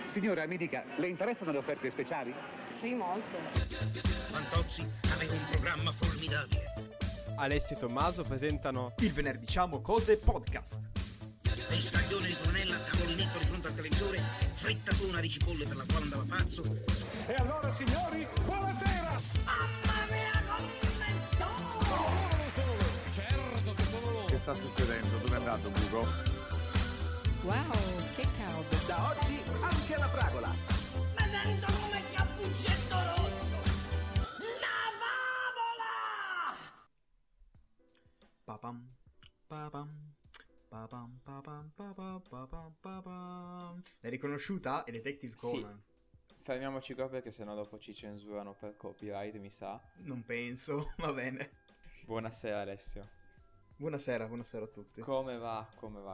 Signora, mi dica, le interessano le offerte speciali? Sì, molto. Fantozzi aveva un programma formidabile. Alessio e Tommaso presentano Il venerdì diciamo cose podcast. Staglione di Brunella, tavolinetto di fronte al televisore, frittatona di cipolle per la quale andava pazzo. E allora, signori, buonasera! Mamma mia, commento! Certo che sono loro! Che sta succedendo? Dove è andato Bugo? Wow, che caldo. Da oggi anche la fragola! Mi sento come Cappuccetto Rosso! La favola! Papam, papam, papam, papam, papam, papam, papam. L'hai riconosciuta? È Detective Conan. Sì. Fermiamoci qua perché sennò dopo ci censurano per copyright, mi sa. Non penso, va bene. Buonasera Alessio. Buonasera a tutti. Come va?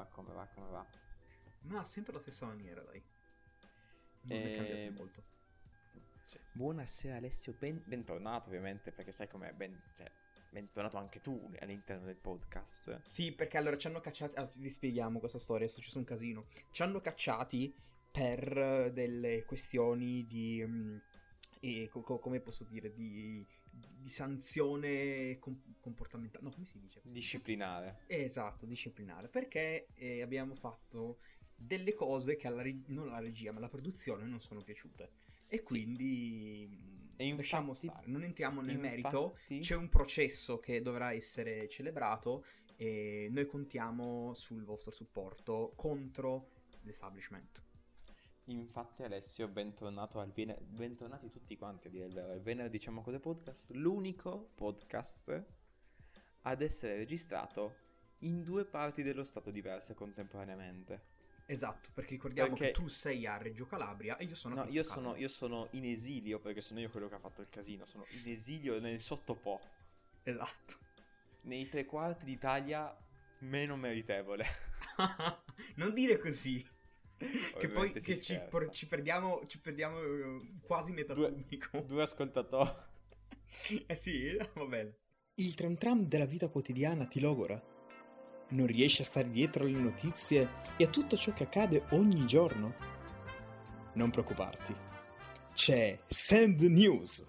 Ma sempre la stessa maniera, dai. Non è cambiato molto. Sì. Buonasera Alessio, bentornato ovviamente, perché sai com'è, bentornato anche tu all'interno del podcast. Sì, perché allora ci hanno cacciati. Vi spieghiamo questa storia, è successo un casino. Ci hanno cacciati per delle questioni di. Come posso dire? Di sanzione comportamentale. No, come si dice? Disciplinare. Esatto, disciplinare. Perché abbiamo fatto delle cose che non alla regia, ma alla produzione non sono piaciute. E quindi lasciamo stare, non entriamo nel merito. C'è un processo che dovrà essere celebrato e noi contiamo sul vostro supporto contro l'establishment. Infatti Alessio, bentornati tutti quanti a dire il vero. Il venerdì diciamo cose podcast, l'unico podcast ad essere registrato in due parti dello stato diverse contemporaneamente. Esatto, perché ricordiamo che tu sei a Reggio Calabria e io sono a Pizzo Calabria. Io sono in esilio, perché sono io quello che ha fatto il casino. Sono in esilio nel sottopo. Esatto. Nei tre quarti d'Italia meno meritevole. Non dire così. Che poi che ci perdiamo quasi metà pubblico. Due ascoltatori. Sì, va bene. Il tram tram della vita quotidiana ti logora? Non riesci a stare dietro alle notizie e a tutto ciò che accade ogni giorno? Non preoccuparti. C'è Sand News.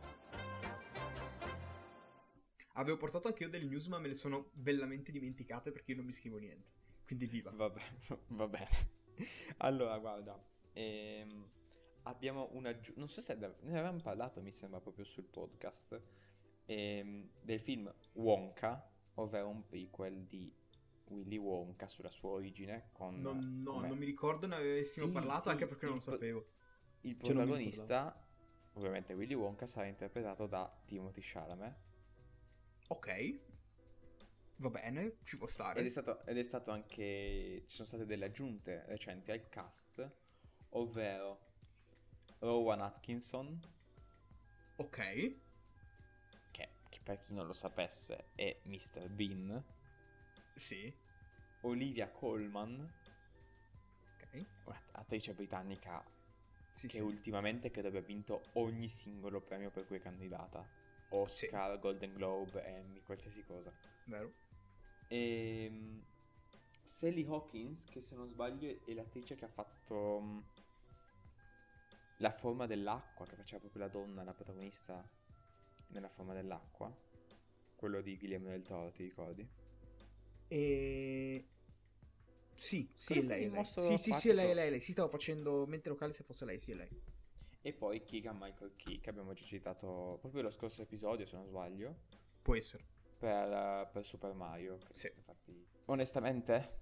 Avevo portato anche io delle news, ma me le sono bellamente dimenticate perché io non mi scrivo niente. Quindi viva. Va bene. Allora, guarda, abbiamo non so se ne avevamo parlato, mi sembra proprio sul podcast, del film Wonka, ovvero un prequel di Willy Wonka sulla sua origine con... non mi ricordo ne avessimo parlato, anche perché non lo sapevo. Il protagonista, ovviamente Willy Wonka, sarà interpretato da Timothée Chalamet. Ok, va bene, ci può stare. Ed è stato anche... Ci sono state delle aggiunte recenti al cast, ovvero Rowan Atkinson. Ok. Che per chi non lo sapesse è Mr. Bean. Sì. Olivia Colman. Ok. Un'attrice britannica che ultimamente credo abbia vinto ogni singolo premio per cui è candidata. Oscar, Golden Globe, Emmy, qualsiasi cosa. Vero. E Sally Hawkins, che se non sbaglio è l'attrice che ha fatto La forma dell'acqua, che faceva proprio la donna, la protagonista nella forma dell'acqua, quello di Guillermo del Toro, ti ricordi? Sì, è lei. Sì, è lei. Si stava facendo mente locale se fosse lei, sì, è lei. E poi Keegan Michael Key, che abbiamo già citato proprio lo scorso episodio, se non sbaglio. Può essere. Per Super Mario. Sì. Infatti, onestamente...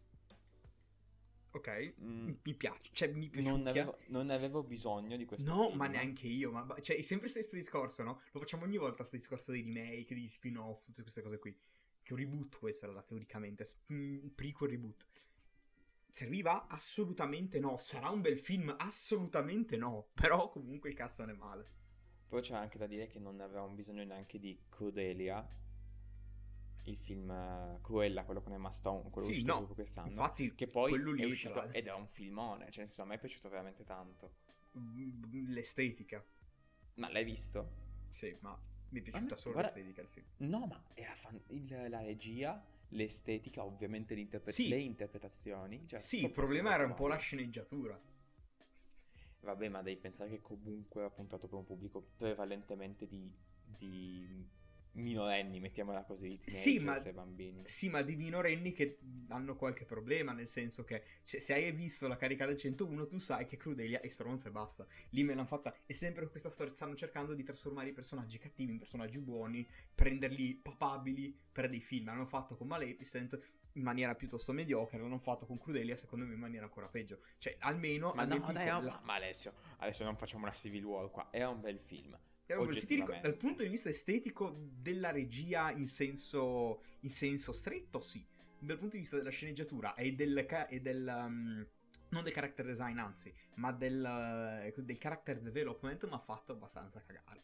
Ok, mi piace, cioè mi piace. Non avevo bisogno di questo film. Ma neanche io, cioè è sempre questo discorso, no? Lo facciamo ogni volta, questo discorso dei remake, degli spin-off, tutte queste cose qui. Che un reboot questo era teoricamente, prequel reboot. Serviva? Assolutamente no. Sarà un bel film? Assolutamente no. Però comunque il cast non è male. Poi c'è anche da dire che non avevamo bisogno neanche di Crudelia, il film Cruella, quello con Emma Stone, quello uscito proprio quest'anno. Infatti, che poi quello lì è uscito ed è un filmone, cioè insomma a me è piaciuto veramente tanto. L'estetica. Ma l'hai visto? Sì, ma mi è piaciuta solo l'estetica del film. No, ma la regia, l'estetica, ovviamente le interpretazioni. Cioè, sì, il problema era un po' la sceneggiatura. Vabbè, ma devi pensare che comunque era puntato per un pubblico prevalentemente di minorenni, mettiamola così, di Sì, teenagers e bambini. Sì, ma di minorenni che hanno qualche problema, nel senso che se hai visto la carica del 101 tu sai che Crudelia è stronza e basta. Lì me l'hanno fatta, è sempre questa storia, stanno cercando di trasformare i personaggi cattivi in personaggi buoni, prenderli papabili per dei film. L'hanno fatto con Maleficent in maniera piuttosto mediocre, l'hanno fatto con Crudelia secondo me in maniera ancora peggio. Cioè, almeno... Ma no, dai, ma adesso non facciamo una Civil War qua, era un bel film. Ti dico, dal punto di vista estetico della regia in senso stretto, sì. Dal punto di vista della sceneggiatura e non del character design, anzi, ma del character development mi ha fatto abbastanza cagare.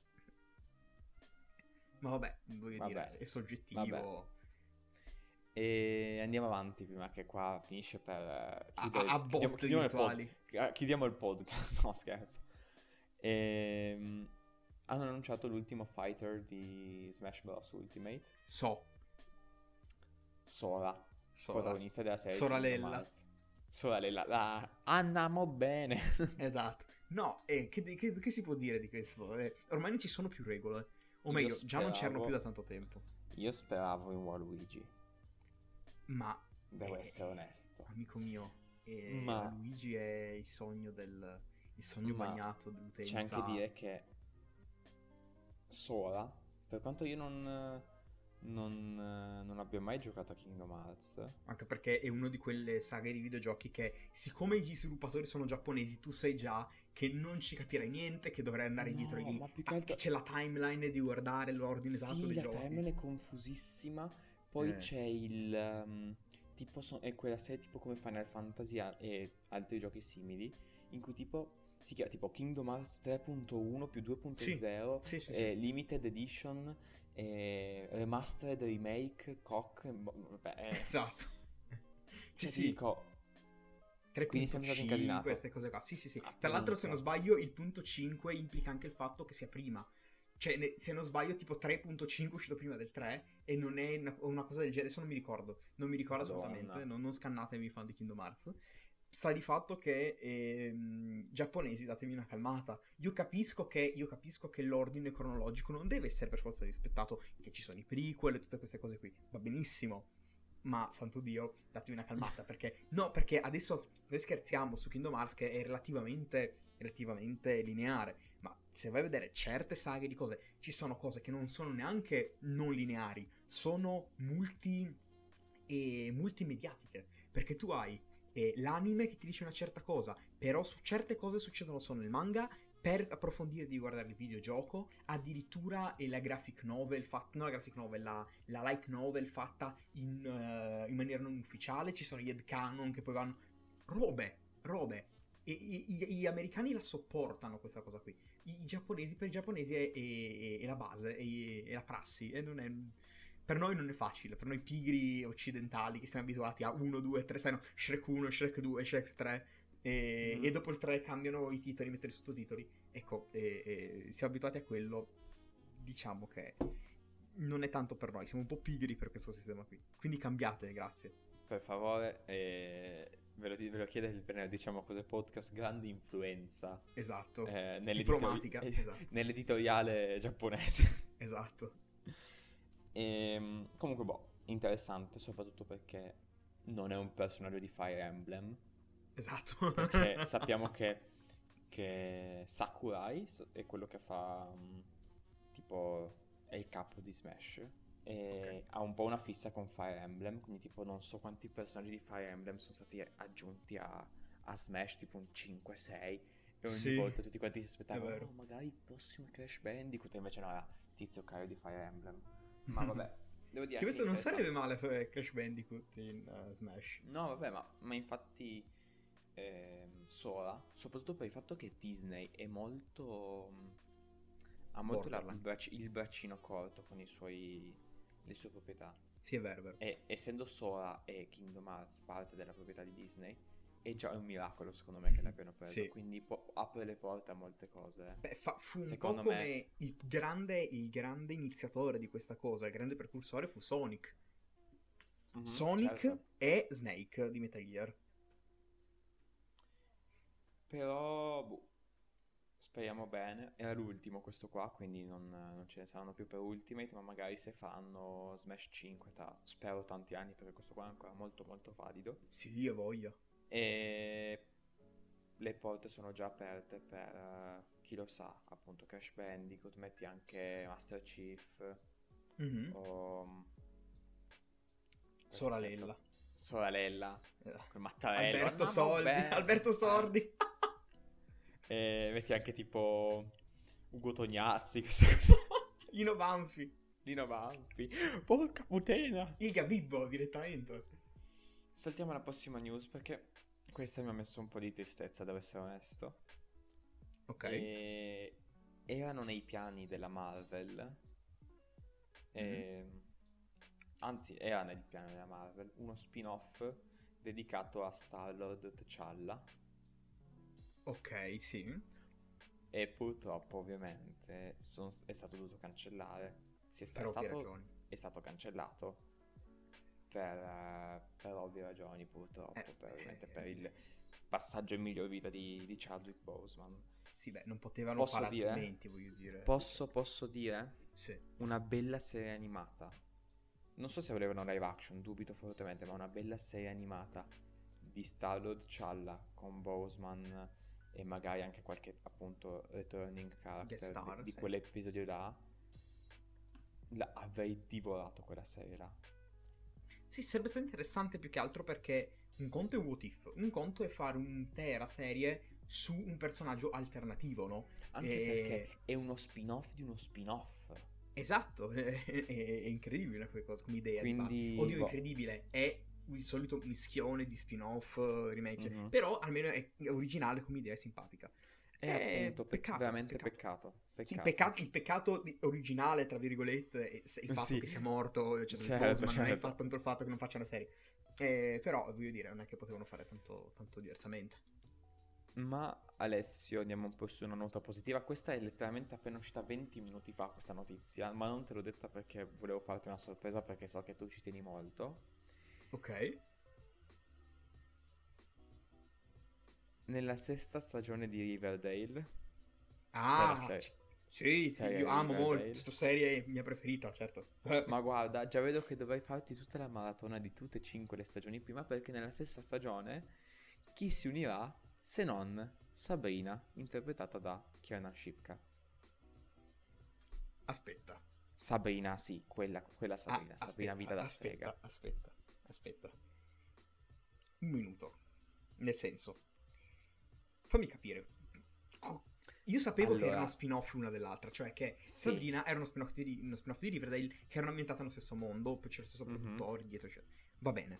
Ma vabbè, voglio dire, è soggettivo. Vabbè. E andiamo avanti prima che qua finisce per chiudiamo il podcast. No, scherzo. Hanno annunciato l'ultimo fighter di Smash Bros. Ultimate. Sora, protagonista della serie. Soralella. Andiamo bene. Esatto. No, che si può dire di questo? Ormai non ci sono più regole. O meglio, già non c'erano più da tanto tempo. Io speravo in Waluigi. Ma devo essere onesto. Amico mio, Waluigi è il sogno bagnato dell'utenza. C'è anche dire che Sora, per quanto io non abbia mai giocato a Kingdom Hearts, anche perché è una di quelle saghe di videogiochi che, siccome gli sviluppatori sono giapponesi, tu sai già che non ci capirai niente, che dovrai andare dietro che c'è la timeline di guardare l'ordine esatto dei giochi. Sì, la timeline è confusissima. Poi c'è il è quella serie tipo come Final Fantasy e altri giochi simili, in cui tipo si chiama tipo Kingdom Hearts 3.1 più 2.0, sì. Limited Edition, Remastered, Remake, esatto. Sì. Dico 3.5, queste cose qua. Sì. Tra l'altro, se non sbaglio, il punto 5 implica anche il fatto che sia prima. Cioè, se non sbaglio, tipo 3.5 è uscito prima del 3 e non è una cosa del genere. Adesso non mi ricordo. Non mi ricordo assolutamente. Non scannatemi, fan di Kingdom Hearts. Sta di fatto che giapponesi, datemi una calmata. Io capisco che l'ordine cronologico non deve essere per forza rispettato, che ci sono i prequel e tutte queste cose qui. Va benissimo. Ma, santo Dio, datemi una calmata. Perché adesso noi scherziamo su Kingdom Hearts che è relativamente lineare. Ma se vai a vedere certe saghe di cose, ci sono cose che non sono neanche non lineari, sono multimediatiche. Perché tu hai l'anime che ti dice una certa cosa, però su certe cose succedono solo nel manga. Per approfondire devi guardare il videogioco, addirittura la graphic novel non la graphic novel, la light novel fatta in maniera non ufficiale. Ci sono gli headcanon che poi vanno robe e gli americani la sopportano questa cosa qui. I giapponesi, per i giapponesi è la base, è la prassi, e non è, per noi non è facile, per noi pigri occidentali che siamo abituati a 1, 2, 3, sai no, Shrek 1, Shrek 2, Shrek 3 e dopo il 3 cambiano i titoli, mettono i sottotitoli. Ecco, siamo abituati a quello. Diciamo che non è tanto per noi, siamo un po' pigri per questo sistema qui. Quindi cambiate, grazie. Per favore, ve lo chiede il diciamo così podcast, grande influenza. Esatto. Diplomatica. Esatto. Nell'editoriale giapponese. Esatto. Comunque, interessante, soprattutto perché non è un personaggio di Fire Emblem. Esatto. Perché sappiamo che Sakurai è quello che fa tipo è il capo di Smash e ha un po' una fissa con Fire Emblem, quindi tipo non so quanti personaggi di Fire Emblem sono stati aggiunti a Smash, tipo un 5-6, e ogni volta tutti quanti si aspettavano magari il prossimo Crash Bandicoot, e invece no, era Tizio Caio di Fire Emblem. Ma vabbè, devo dire che questo non sarebbe male per Crash Bandicoot in Smash. No, vabbè, ma infatti Sora, soprattutto per il fatto che Disney è molto ha molto il braccino corto con le sue proprietà. Sì, è vero. E essendo Sora e Kingdom Hearts parte della proprietà di Disney, è già un miracolo secondo me che l'abbiano preso. Quindi apre le porte a molte cose. Beh, fu un po' come il grande iniziatore di questa cosa, il grande precursore fu Sonic. Sonic e Snake di Metal Gear. Però speriamo bene. Era l'ultimo questo qua, quindi non ce ne saranno più per Ultimate, ma magari se fanno Smash 5 tra, spero, tanti anni, perché questo qua è ancora molto molto valido. Sì, io voglio. E le porte sono già aperte per chi lo sa, appunto Crash Bandicoot, metti anche Master Chief o Soralella. Soralella, quel mattarello. Alberto andiamo Soldi. bene. Alberto Sordi. E metti anche tipo Ugo Tognazzi, queste cose. Lino Banfi. Dino Banfi. Porca puttana. Il Gabibbo direttamente. Saltiamo alla prossima news perché questa mi ha messo un po' di tristezza, devo essere onesto. Ok. E erano nei piani della Marvel. Anzi, era nel piano della Marvel uno spin-off dedicato a Star-Lord T'Challa. Ok, sì. E purtroppo ovviamente è stato dovuto cancellare. Per ovvie ragioni. È stato cancellato per ovvie ragioni, purtroppo, per il passaggio in miglior vita di Chadwick Boseman. Sì, beh, non potevano fare altrimenti, voglio dire. Posso dire? Sì. Una bella serie animata. Non so se volevano live action, dubito fortemente, ma una bella serie animata di Star-Lord T'Challa con Boseman e magari anche qualche, appunto, returning character star, di sì. quell'episodio là. Avrei divorato quella serie là. Sì, sarebbe stato interessante più che altro perché un conto è What If, un conto è fare un'intera serie su un personaggio alternativo, no? Anche perché è uno spin-off di uno spin-off. Esatto, è incredibile come idea. Quindi, Oddio, incredibile, è il solito mischione di spin-off, remake, Mhm. però almeno è originale come idea, è simpatica. Appunto, peccato, veramente peccato. peccato. Sì, il peccato originale, tra virgolette, è il fatto Sì. che sia morto, cioè, Certo, ma non è certo. tanto il fatto che non faccia una serie. Però, voglio dire, non è che potevano fare tanto diversamente. Ma Alessio, andiamo un po' su una nota positiva. Questa è letteralmente appena uscita 20 minuti fa, questa notizia, ma non te l'ho detta perché volevo farti una sorpresa, perché so che tu ci tieni molto. Ok. Nella sesta stagione di Riverdale. Ah, sì, serie io amo molto, Riverdale. questa serie è mia preferita, certo. Ma guarda, già vedo che dovrai farti tutta la maratona di tutte e 5 le stagioni prima, perché nella sesta stagione chi si unirà se non Sabrina, interpretata da Kiernan Shipka. Aspetta. Sabrina, sì, quella Sabrina. Sabrina vita da strega. Aspetta. Un minuto. Nel senso, fammi capire. Io sapevo che era uno spin-off l'una dell'altra, cioè che Sì. Sabrina era uno spin-off di Riverdale che erano ambientate nello stesso mondo, poi c'era lo stesso produttore dietro, cioè. Va bene.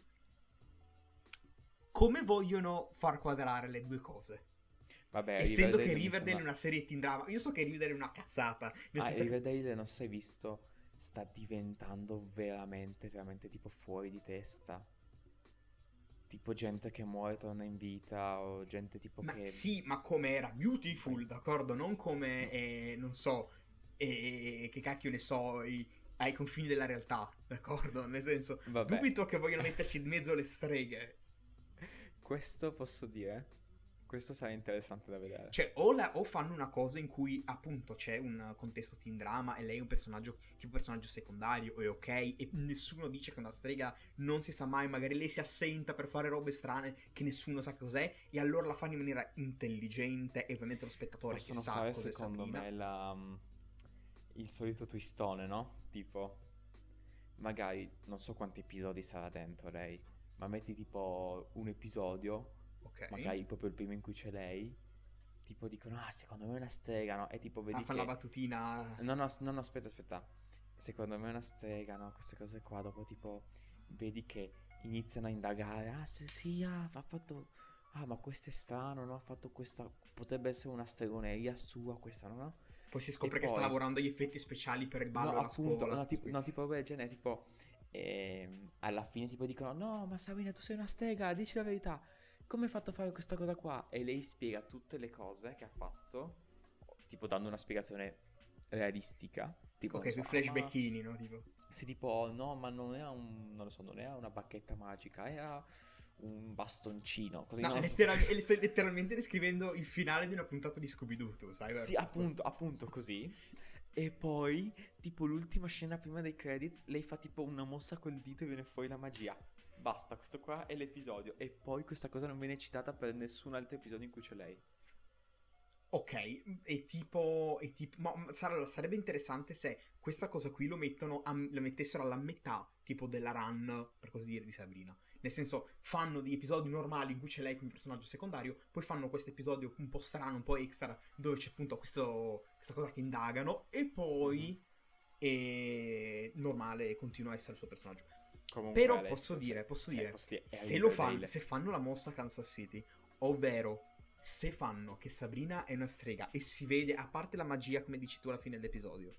Come vogliono far quadrare le due cose? Vabbè, Essendo che mi Riverdale è sembra- una serie teen drama, io so che Riverdale è una cazzata. Nel senso che Riverdale, non sei visto, sta diventando veramente, veramente tipo fuori di testa. Tipo gente che muore e torna in vita, o gente tipo Ma che... sì, ma come era Beautiful, d'accordo? Non come, non so, che cacchio ne so, ai confini della realtà, d'accordo? Nel senso, Vabbè. dubito che vogliono metterci in mezzo le streghe. Questo posso dire? Questo sarà interessante da vedere. Cioè, o fanno una cosa in cui appunto c'è un contesto teen drama e lei è un personaggio, tipo personaggio secondario, è ok, e nessuno dice che è una strega, non si sa mai, magari lei si assenta per fare robe strane che nessuno sa cos'è, e allora la fanno in maniera intelligente, e ovviamente lo spettatore Possono che sa fare, cos'è secondo Sabrina. me, il solito twistone, no? Tipo, magari, non so quanti episodi sarà dentro lei, ma metti tipo un episodio, Ok. magari proprio il primo in cui c'è lei, tipo dicono, secondo me è una strega, no? E tipo vedi Fa che... la battutina. No, aspetta. Secondo me è una strega, no? Queste cose qua, dopo tipo, vedi che iniziano a indagare, sì, ha fatto... ma questo è strano, no? Ha fatto questo, potrebbe essere una stregoneria sua, questa, no? Poi si scopre E che sta poi- lavorando agli effetti speciali per il ballo No, alla appunto, scuola. no, tipo roba del genere, tipo, alla fine tipo dicono, no, ma Sabrina, tu sei una strega, dici la verità, come hai fatto a fare questa cosa qua? E lei spiega tutte le cose che ha fatto, tipo dando una spiegazione realistica, tipo, Ok, non sui so, flashbackini, no? Tipo. sì, tipo, no, ma non era non lo so, non era una bacchetta magica, era un bastoncino, così No, non lo so. stai letteralmente descrivendo il finale di una puntata di Scooby-Doo, tu sai? Sì, appunto così. E poi, tipo, l'ultima scena prima dei credits, lei fa tipo una mossa col dito e viene fuori la magia. Basta, questo qua è l'episodio. E poi questa cosa non viene citata per nessun altro episodio in cui c'è lei. Ok, e tipo ma sarebbe interessante se questa cosa qui lo mettessero alla metà, tipo della run, per così dire, di Sabrina. Nel senso, fanno degli episodi normali in cui c'è lei come personaggio secondario, poi fanno questo episodio un po' strano, un po' extra, dove c'è appunto questa cosa che indagano, e poi normale, continua a essere il suo personaggio. Comunque Però adesso, posso dire, se se fanno la mossa Kansas City, ovvero se fanno che Sabrina è una strega e si vede, a parte la magia come dici tu alla fine dell'episodio,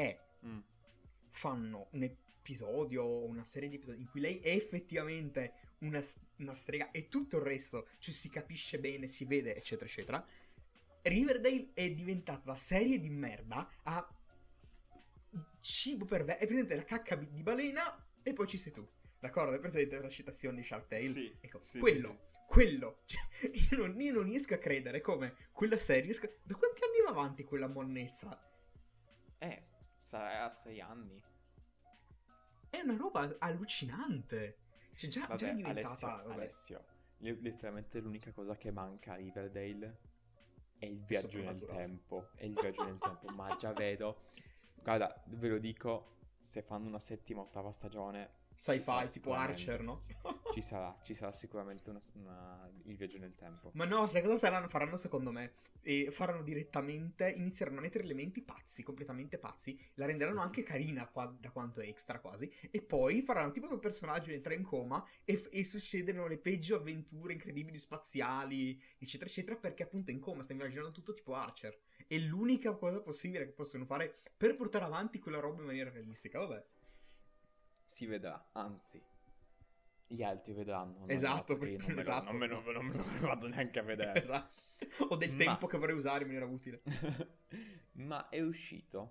fanno un episodio o una serie di episodi in cui lei è effettivamente una strega e tutto il resto, cioè si capisce bene, si vede, eccetera eccetera, Riverdale è diventata da serie di merda a cibo per è presente la cacca di balena e poi ci sei tu, d'accordo? È presente la citazione di Shark Tale? Sì, ecco, sì, quello, cioè, io non riesco a credere come quella serie, da quanti anni va avanti quella monnezza? Sarà a 6 anni. È una roba allucinante, cioè già è diventata... Alessio, letteralmente l'unica cosa che manca a Riverdale è il viaggio nel tempo. Ma già vedo, guarda, ve lo dico, se fanno una 7ª, 8ª stagione sci-fi tipo Archer, no? ci sarà sicuramente il viaggio nel tempo. Ma no, sai cosa faranno secondo me? Faranno direttamente, inizieranno a mettere elementi pazzi, completamente pazzi, la renderanno anche carina da quanto è extra quasi, e poi faranno tipo che un personaggio entra in coma e succedono le peggio avventure incredibili spaziali, eccetera eccetera, perché appunto è in coma, sta immaginando tutto tipo Archer. È l'unica cosa possibile che possono fare per portare avanti quella roba in maniera realistica, vabbè. Si vedrà, anzi, gli altri vedranno. Esatto, non me lo vado neanche a vedere. Esatto. Ho del tempo che vorrei usare in maniera utile. Ma è uscito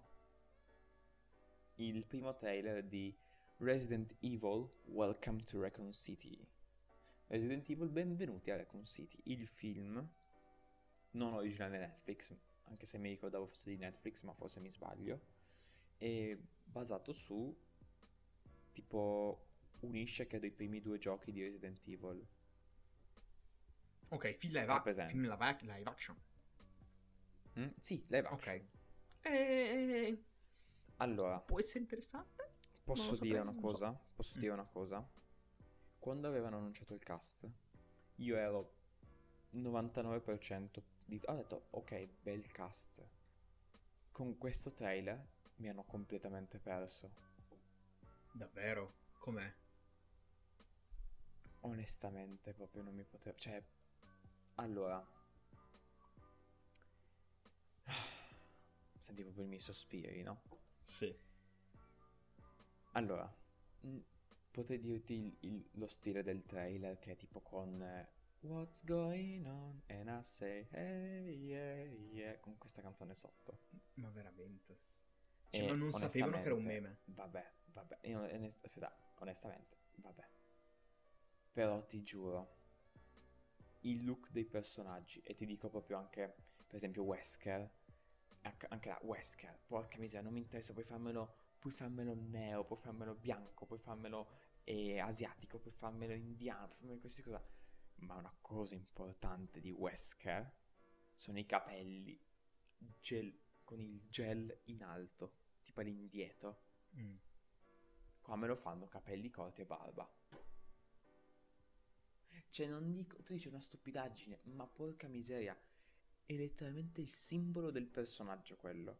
il primo trailer di Resident Evil Welcome to Raccoon City. Resident Evil, benvenuti a Raccoon City, il film non originale Netflix, anche se mi ricordavo fosse di Netflix, ma forse mi sbaglio, è basato su tipo unisce credo i primi 2 giochi di Resident Evil. Ok, film live action. Sì, live action. Ok. Allora, può essere interessante? Posso dire una cosa? Quando avevano annunciato il cast, io ero 99% ho detto ok, bel cast. Con questo trailer mi hanno completamente perso. Davvero? Com'è? Onestamente proprio non mi potevo... Cioè, allora... Senti proprio i miei sospiri, no? Sì. Allora, potrei dirti lo stile del trailer, che è tipo con What's going on? And I say hey, yeah, yeah, con questa canzone sotto. Ma veramente? Cioè, ma non sapevano che era un meme. Vabbè. Io onestamente, vabbè. Però ti giuro, il look dei personaggi, e ti dico proprio anche, per esempio, Wesker, anche la Wesker, porca miseria, non mi interessa, puoi farmelo nero, puoi farmelo bianco, puoi farmelo asiatico, puoi farmelo indiano, puoi farmelo qualsiasi cosa. Ma una cosa importante di Wesker sono i capelli con il gel in alto, tipo all'indietro. Qua me lo fanno capelli corti e barba. Cioè, non dico, tu dici una stupidaggine, ma porca miseria, è letteralmente il simbolo del personaggio quello.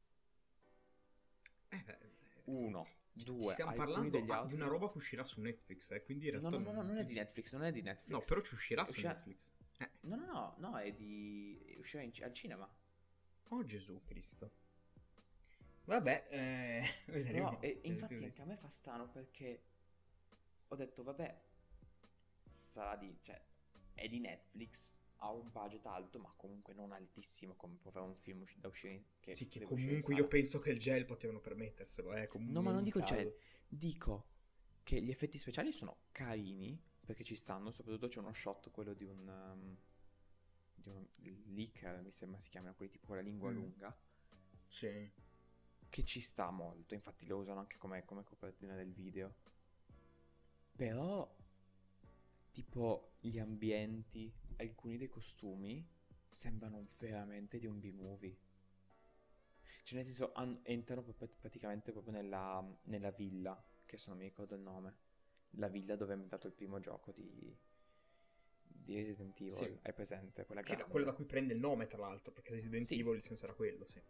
Uno, due, stiamo parlando degli altri, di una roba che uscirà su Netflix, quindi in realtà no, non è di Netflix, No, però ci uscirà su Netflix. No, è uscirà al cinema. Oh Gesù Cristo. Vabbè, vedremo. No, e infatti anche a me fa strano, perché ho detto vabbè, sarà è di Netflix, ha un budget alto, ma comunque non altissimo come può fare un film da uscire. Sì, che comunque io penso che il gel potevano permetterselo, No, ma non dico gel, dico che gli effetti speciali sono carini, perché ci stanno, soprattutto c'è uno shot, quello di un leaker, mi sembra si chiamano, quelli tipo con la lingua lunga, Sì. che ci sta molto, infatti lo usano anche come copertina del video. Però tipo gli ambienti, alcuni dei costumi sembrano veramente di un B-movie. Cioè nel senso entrano praticamente proprio nella villa, che adesso non mi ricordo il nome, la villa dove è ambientato il primo gioco di Resident Evil. Sì. Hai presente? Quella Sì, grande. quello da cui prende il nome, tra l'altro, perché Resident Sì. Evil il senso era quello, sì.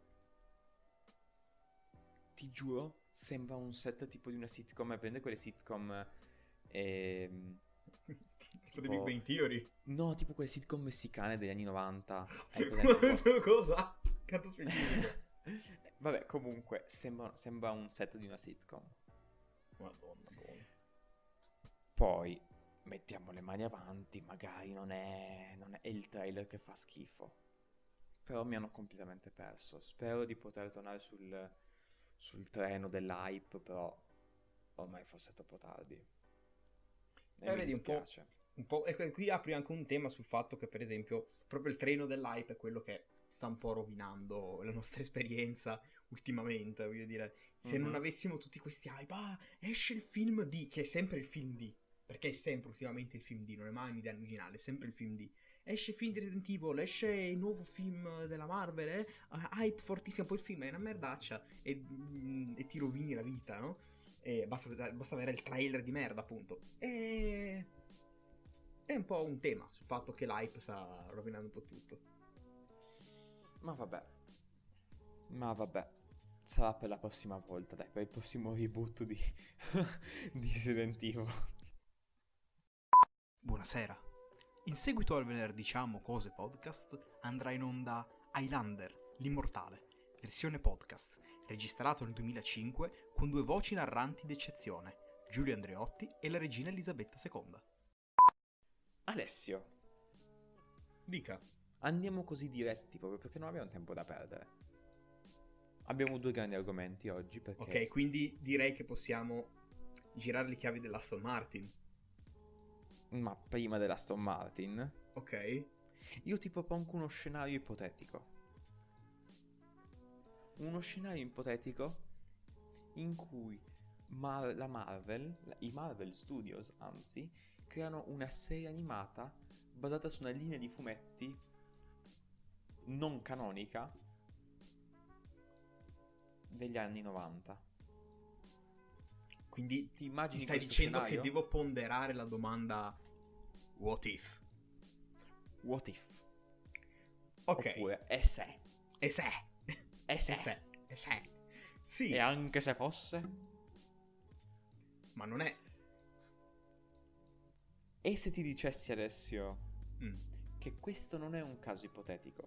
Ti giuro, sembra un set tipo di una sitcom, prende quelle sitcom Tipo The Big Bang Theory. no, tipo quelle sitcom messicane degli anni 90. Hai presente? Tipo- Cosa? Canto specifico. Vabbè, comunque sembra un set di una sitcom. Madonna, buono. Poi mettiamo le mani avanti, magari non è il trailer che fa schifo, però mi hanno completamente perso. Spero di poter tornare sul treno dell'hype, però ormai forse è troppo tardi e mi Vedi dispiace. un po', e qui apri anche un tema sul fatto che, per esempio, proprio il treno dell'hype è quello che sta un po' rovinando la nostra esperienza ultimamente, voglio dire. Se non avessimo tutti questi hype, esce il film di, che è sempre il film di, perché è sempre ultimamente il film di, non è mai un'idea originale, è sempre il film di. Esce il film di Resident Evil, esce il nuovo film della Marvel, hype fortissimo, poi il film è una merdaccia e ti rovini la vita, no? E basta avere il trailer di merda, appunto. E è un po' un tema sul fatto che l'hype sta rovinando un po' tutto. Ma vabbè, sarà per la prossima volta, dai, per il prossimo reboot di Resident Evil. Buonasera. In seguito al Venerdì Diciamo Cose Podcast andrà in onda Highlander, l'immortale, versione podcast, registrato nel 2005 con 2 voci narranti d'eccezione, Giulio Andreotti e la regina Elisabetta II. Alessio, Dica. andiamo così diretti proprio perché non abbiamo tempo da perdere. Abbiamo 2 grandi argomenti oggi perché... Ok, quindi direi che possiamo girare le chiavi dell'Aston Martin. Ma prima dell'Aston Martin, Ok? io ti propongo uno scenario ipotetico. Uno scenario ipotetico in cui i Marvel Studios, anzi, creano una serie animata basata su una linea di fumetti non canonica degli anni 90. Quindi Ti immagini stai questo dicendo scenario? che devo ponderare la domanda what if? What if? Ok. Oppure e se? E se? E se? E se? Sì, E anche se fosse? ma non è... E se ti dicessi, Alessio, Mm. che questo non è un caso ipotetico?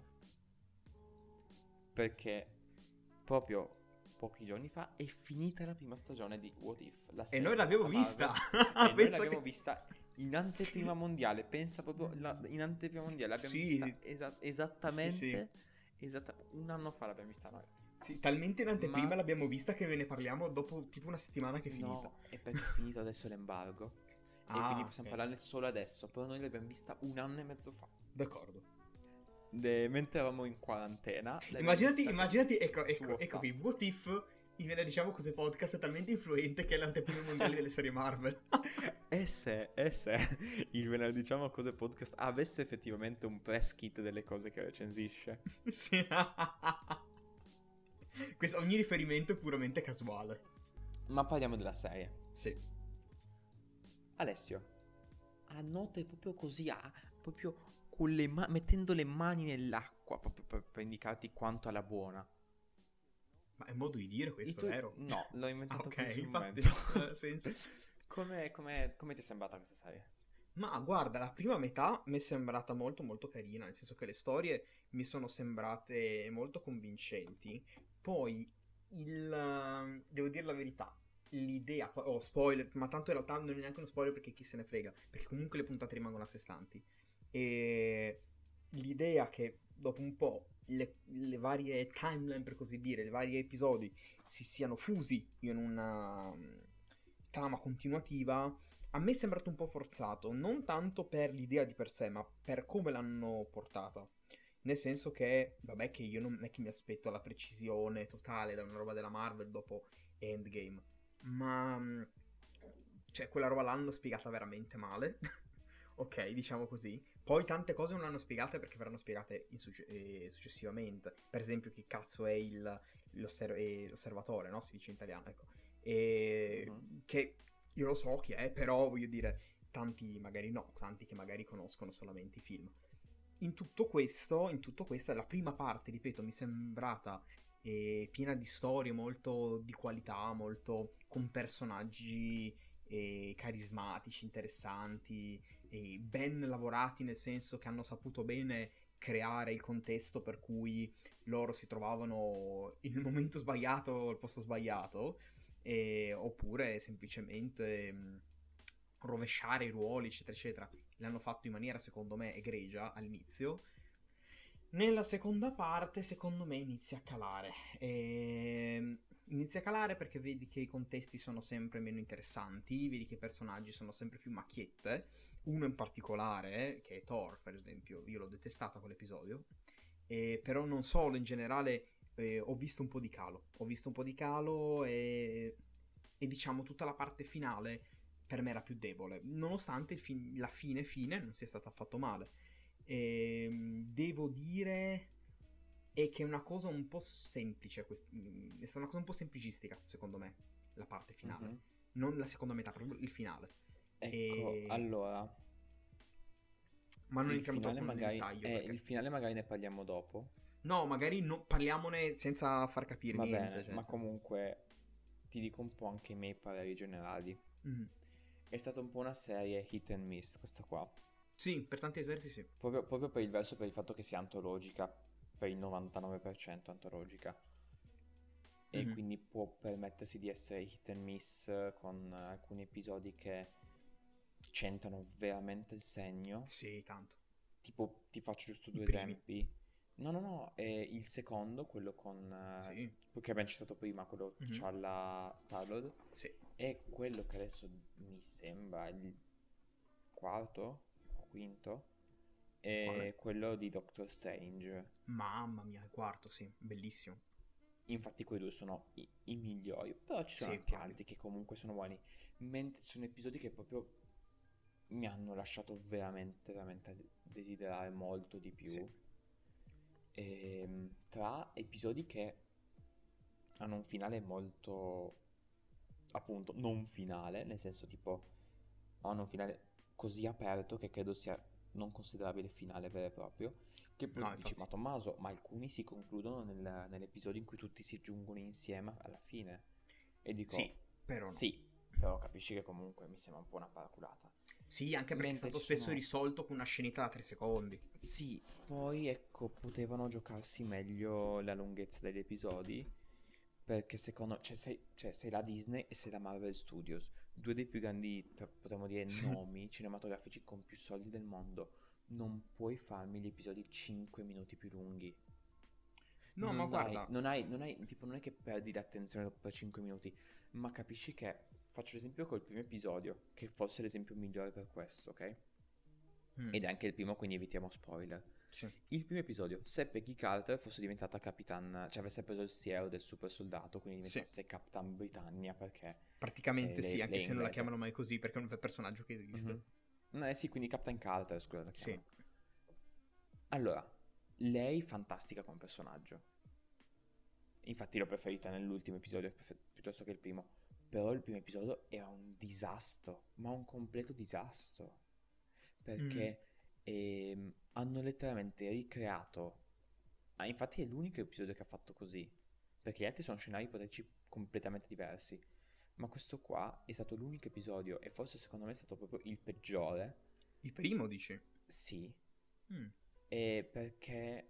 Perché proprio pochi giorni fa è finita la prima stagione di What If. La E serie noi l'abbiamo Marvel. vista. E noi Pensa l'abbiamo che- vista in anteprima mondiale. Pensa proprio in anteprima mondiale. L'abbiamo Sì. vista esattamente. Sì, sì. Un anno fa l'abbiamo vista noi. Sì, talmente in anteprima Ma- l'abbiamo vista che ve ne parliamo dopo tipo una settimana che è finita. No, è perché è finito adesso l'embargo. E quindi possiamo ok. parlarne solo adesso. Però noi l'abbiamo vista 1 anno e mezzo fa. D'accordo. Mentre eravamo in quarantena. l'abbiamo vista Immaginati, ecco su WhatsApp. qui, What If, il Diciamo Cose Podcast è talmente influente che è l'anteprima mondiale delle serie Marvel. E se il venerdì diciamo cose podcast avesse effettivamente un press kit delle cose che recensisce? Sì. Ogni riferimento è puramente casuale. Ma parliamo della serie. Sì. Alessio, a note proprio così, proprio con mettendo le mani nell'acqua, proprio per indicarti quanto alla buona. Ma è modo di dire questo, vero? No, l'ho inventato Ok, qui sul infatti, momento. ha senso. Come ti è sembrata questa serie? Ma guarda, la prima metà mi è sembrata molto molto carina, nel senso che le storie mi sono sembrate molto convincenti. Poi devo dire la verità, l'idea, spoiler, ma tanto in realtà non è neanche uno spoiler perché chi se ne frega, perché comunque le puntate rimangono a sé stanti. E l'idea che dopo un po' le varie timeline, per così dire, i vari episodi si siano fusi in una trama continuativa a me è sembrato un po' forzato, non tanto per l'idea di per sé, ma per come l'hanno portata. Nel senso che, vabbè, che io non è che mi aspetto la precisione totale da una roba della Marvel dopo Endgame, ma cioè quella roba l'hanno spiegata veramente male. Ok, diciamo così. Poi tante cose non l'hanno spiegate perché verranno spiegate successivamente. Per esempio, chi cazzo è l'osservatore, no? Si dice in italiano, ecco. Che io lo so chi è, però voglio dire, tanti magari no, tanti che magari conoscono solamente i film. In tutto questo, la prima parte, ripeto, mi è sembrata piena di storie molto di qualità, molto con personaggi carismatici, interessanti, ben lavorati, nel senso che hanno saputo bene creare il contesto per cui loro si trovavano in il momento sbagliato al posto sbagliato, oppure semplicemente rovesciare i ruoli, eccetera eccetera. L'hanno fatto in maniera, secondo me, egregia all'inizio. Nella seconda parte, secondo me, inizia a calare. Inizia a calare perché vedi che i contesti sono sempre meno interessanti, vedi che i personaggi sono sempre più macchiette. Uno in particolare, che è Thor, per esempio, io l'ho detestata quell'episodio. Però non solo, in generale, ho visto un po' di calo. E diciamo tutta la parte finale per me era più debole, nonostante la fine non sia stata affatto male. Devo dire è che è una cosa un po' semplice, è stata una cosa un po' semplicistica, secondo me, la parte finale. Non la seconda metà, proprio il finale. Ecco, allora... Ma non entriamo troppo nel dettaglio. Perché... Il finale magari ne parliamo dopo. No, magari parliamone senza far capire niente. Va bene, cioè, ma comunque ti dico un po' anche i miei pareri generali. È stata un po' una serie hit and miss questa qua. Sì, per tanti versi sì. Proprio per il fatto che sia antologica, per il 99% antologica. E quindi può permettersi di essere hit and miss con alcuni episodi che centrano veramente il segno. Sì, tanto. Tipo, ti faccio giusto due esempi. No, è il secondo, quello con... sì. Che abbiamo citato prima, quello che c'ha la Star-Lord. Sì. E quello che adesso mi sembra il quarto o quinto è quello di Doctor Strange. Mamma mia, il quarto, sì, bellissimo. Infatti quei due sono i migliori, però ci sono anche altri che comunque sono buoni, mentre sono episodi che proprio mi hanno lasciato veramente desiderare molto di più. Sì. Tra episodi che hanno un finale molto, appunto, non finale, nel senso tipo hanno un finale così aperto che credo sia non considerabile finale vero e proprio, che poi dici, ma Tommaso, ma alcuni si concludono nell'episodio in cui tutti si giungono insieme alla fine, e dico sì, però no. Sì, però capisci che comunque mi sembra un po' una paraculata. Sì, anche perché è stato spesso risolto con una scenetta da 3 secondi. Sì, poi ecco, potevano giocarsi meglio la lunghezza degli episodi, perché secondo sei la Disney e sei la Marvel Studios, due dei più grandi, potremmo dire, nomi cinematografici con più soldi del mondo. Non puoi farmi gli episodi 5 minuti più lunghi. No, ma guarda, non è che perdi l'attenzione per 5 minuti, ma capisci che, faccio l'esempio col primo episodio, che forse è l'esempio migliore per questo, ok? Ed è anche il primo, quindi evitiamo spoiler. Sì. Il primo episodio, se Peggy Carter fosse diventata Capitan, cioè avesse preso il siero del super soldato, quindi diventasse Capitan Britannia, perché praticamente sì, anche se non la chiamano mai così, perché è un personaggio che esiste. Sì, quindi Captain Carter, scusa, la chiamano. Sì. Allora, lei fantastica come personaggio. Infatti l'ho preferita nell'ultimo episodio piuttosto che il primo. Però il primo episodio era un disastro, ma un completo disastro. Perché hanno letteralmente ricreato... infatti è l'unico episodio che ha fatto così. Perché gli altri sono scenari ipotetici completamente diversi. Ma questo qua è stato l'unico episodio, e forse secondo me è stato proprio il peggiore. Il primo, dici? Sì. E perché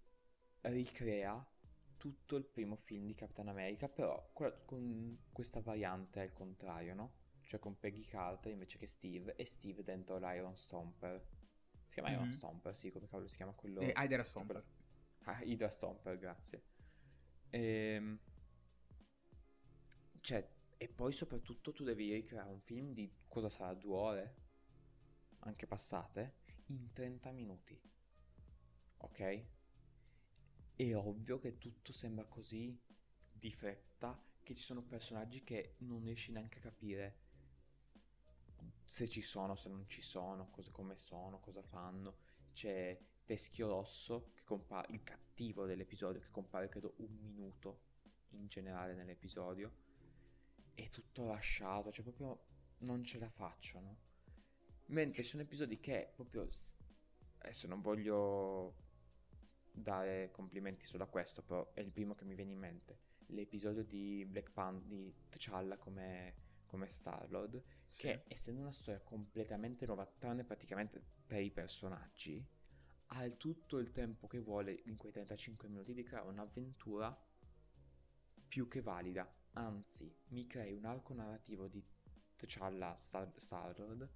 ricrea tutto il primo film di Capitan America, però con questa variante al contrario, no? Cioè con Peggy Carter invece che Steve, e Steve dentro l'Iron Stomper. Si chiama Iron Stomper, sì, come cavolo si chiama quello? Hydra Stomper. Hydra Stomper, grazie. Cioè, E poi soprattutto tu devi ricreare un film di cosa sarà, 2 ore, anche passate, in 30 minuti. Ok? È ovvio che tutto sembra così di fretta, che ci sono personaggi che non riesci neanche a capire se ci sono, se non ci sono, come sono, cosa fanno. C'è Teschio Rosso, che compare, il cattivo dell'episodio, che compare credo 1 minuto in generale nell'episodio. È tutto lasciato, cioè proprio non ce la facciano. Mentre ci sono episodi che proprio... Adesso non voglio dare complimenti solo a questo, però è il primo che mi viene in mente. L'episodio di Black Panther, di T'Challa come Star-Lord, Sì. che essendo una storia completamente nuova, tranne praticamente per i personaggi, ha tutto il tempo che vuole in quei 35 minuti di creare un'avventura più che valida. Anzi, mi crei un arco narrativo di T'Challa Star-Lord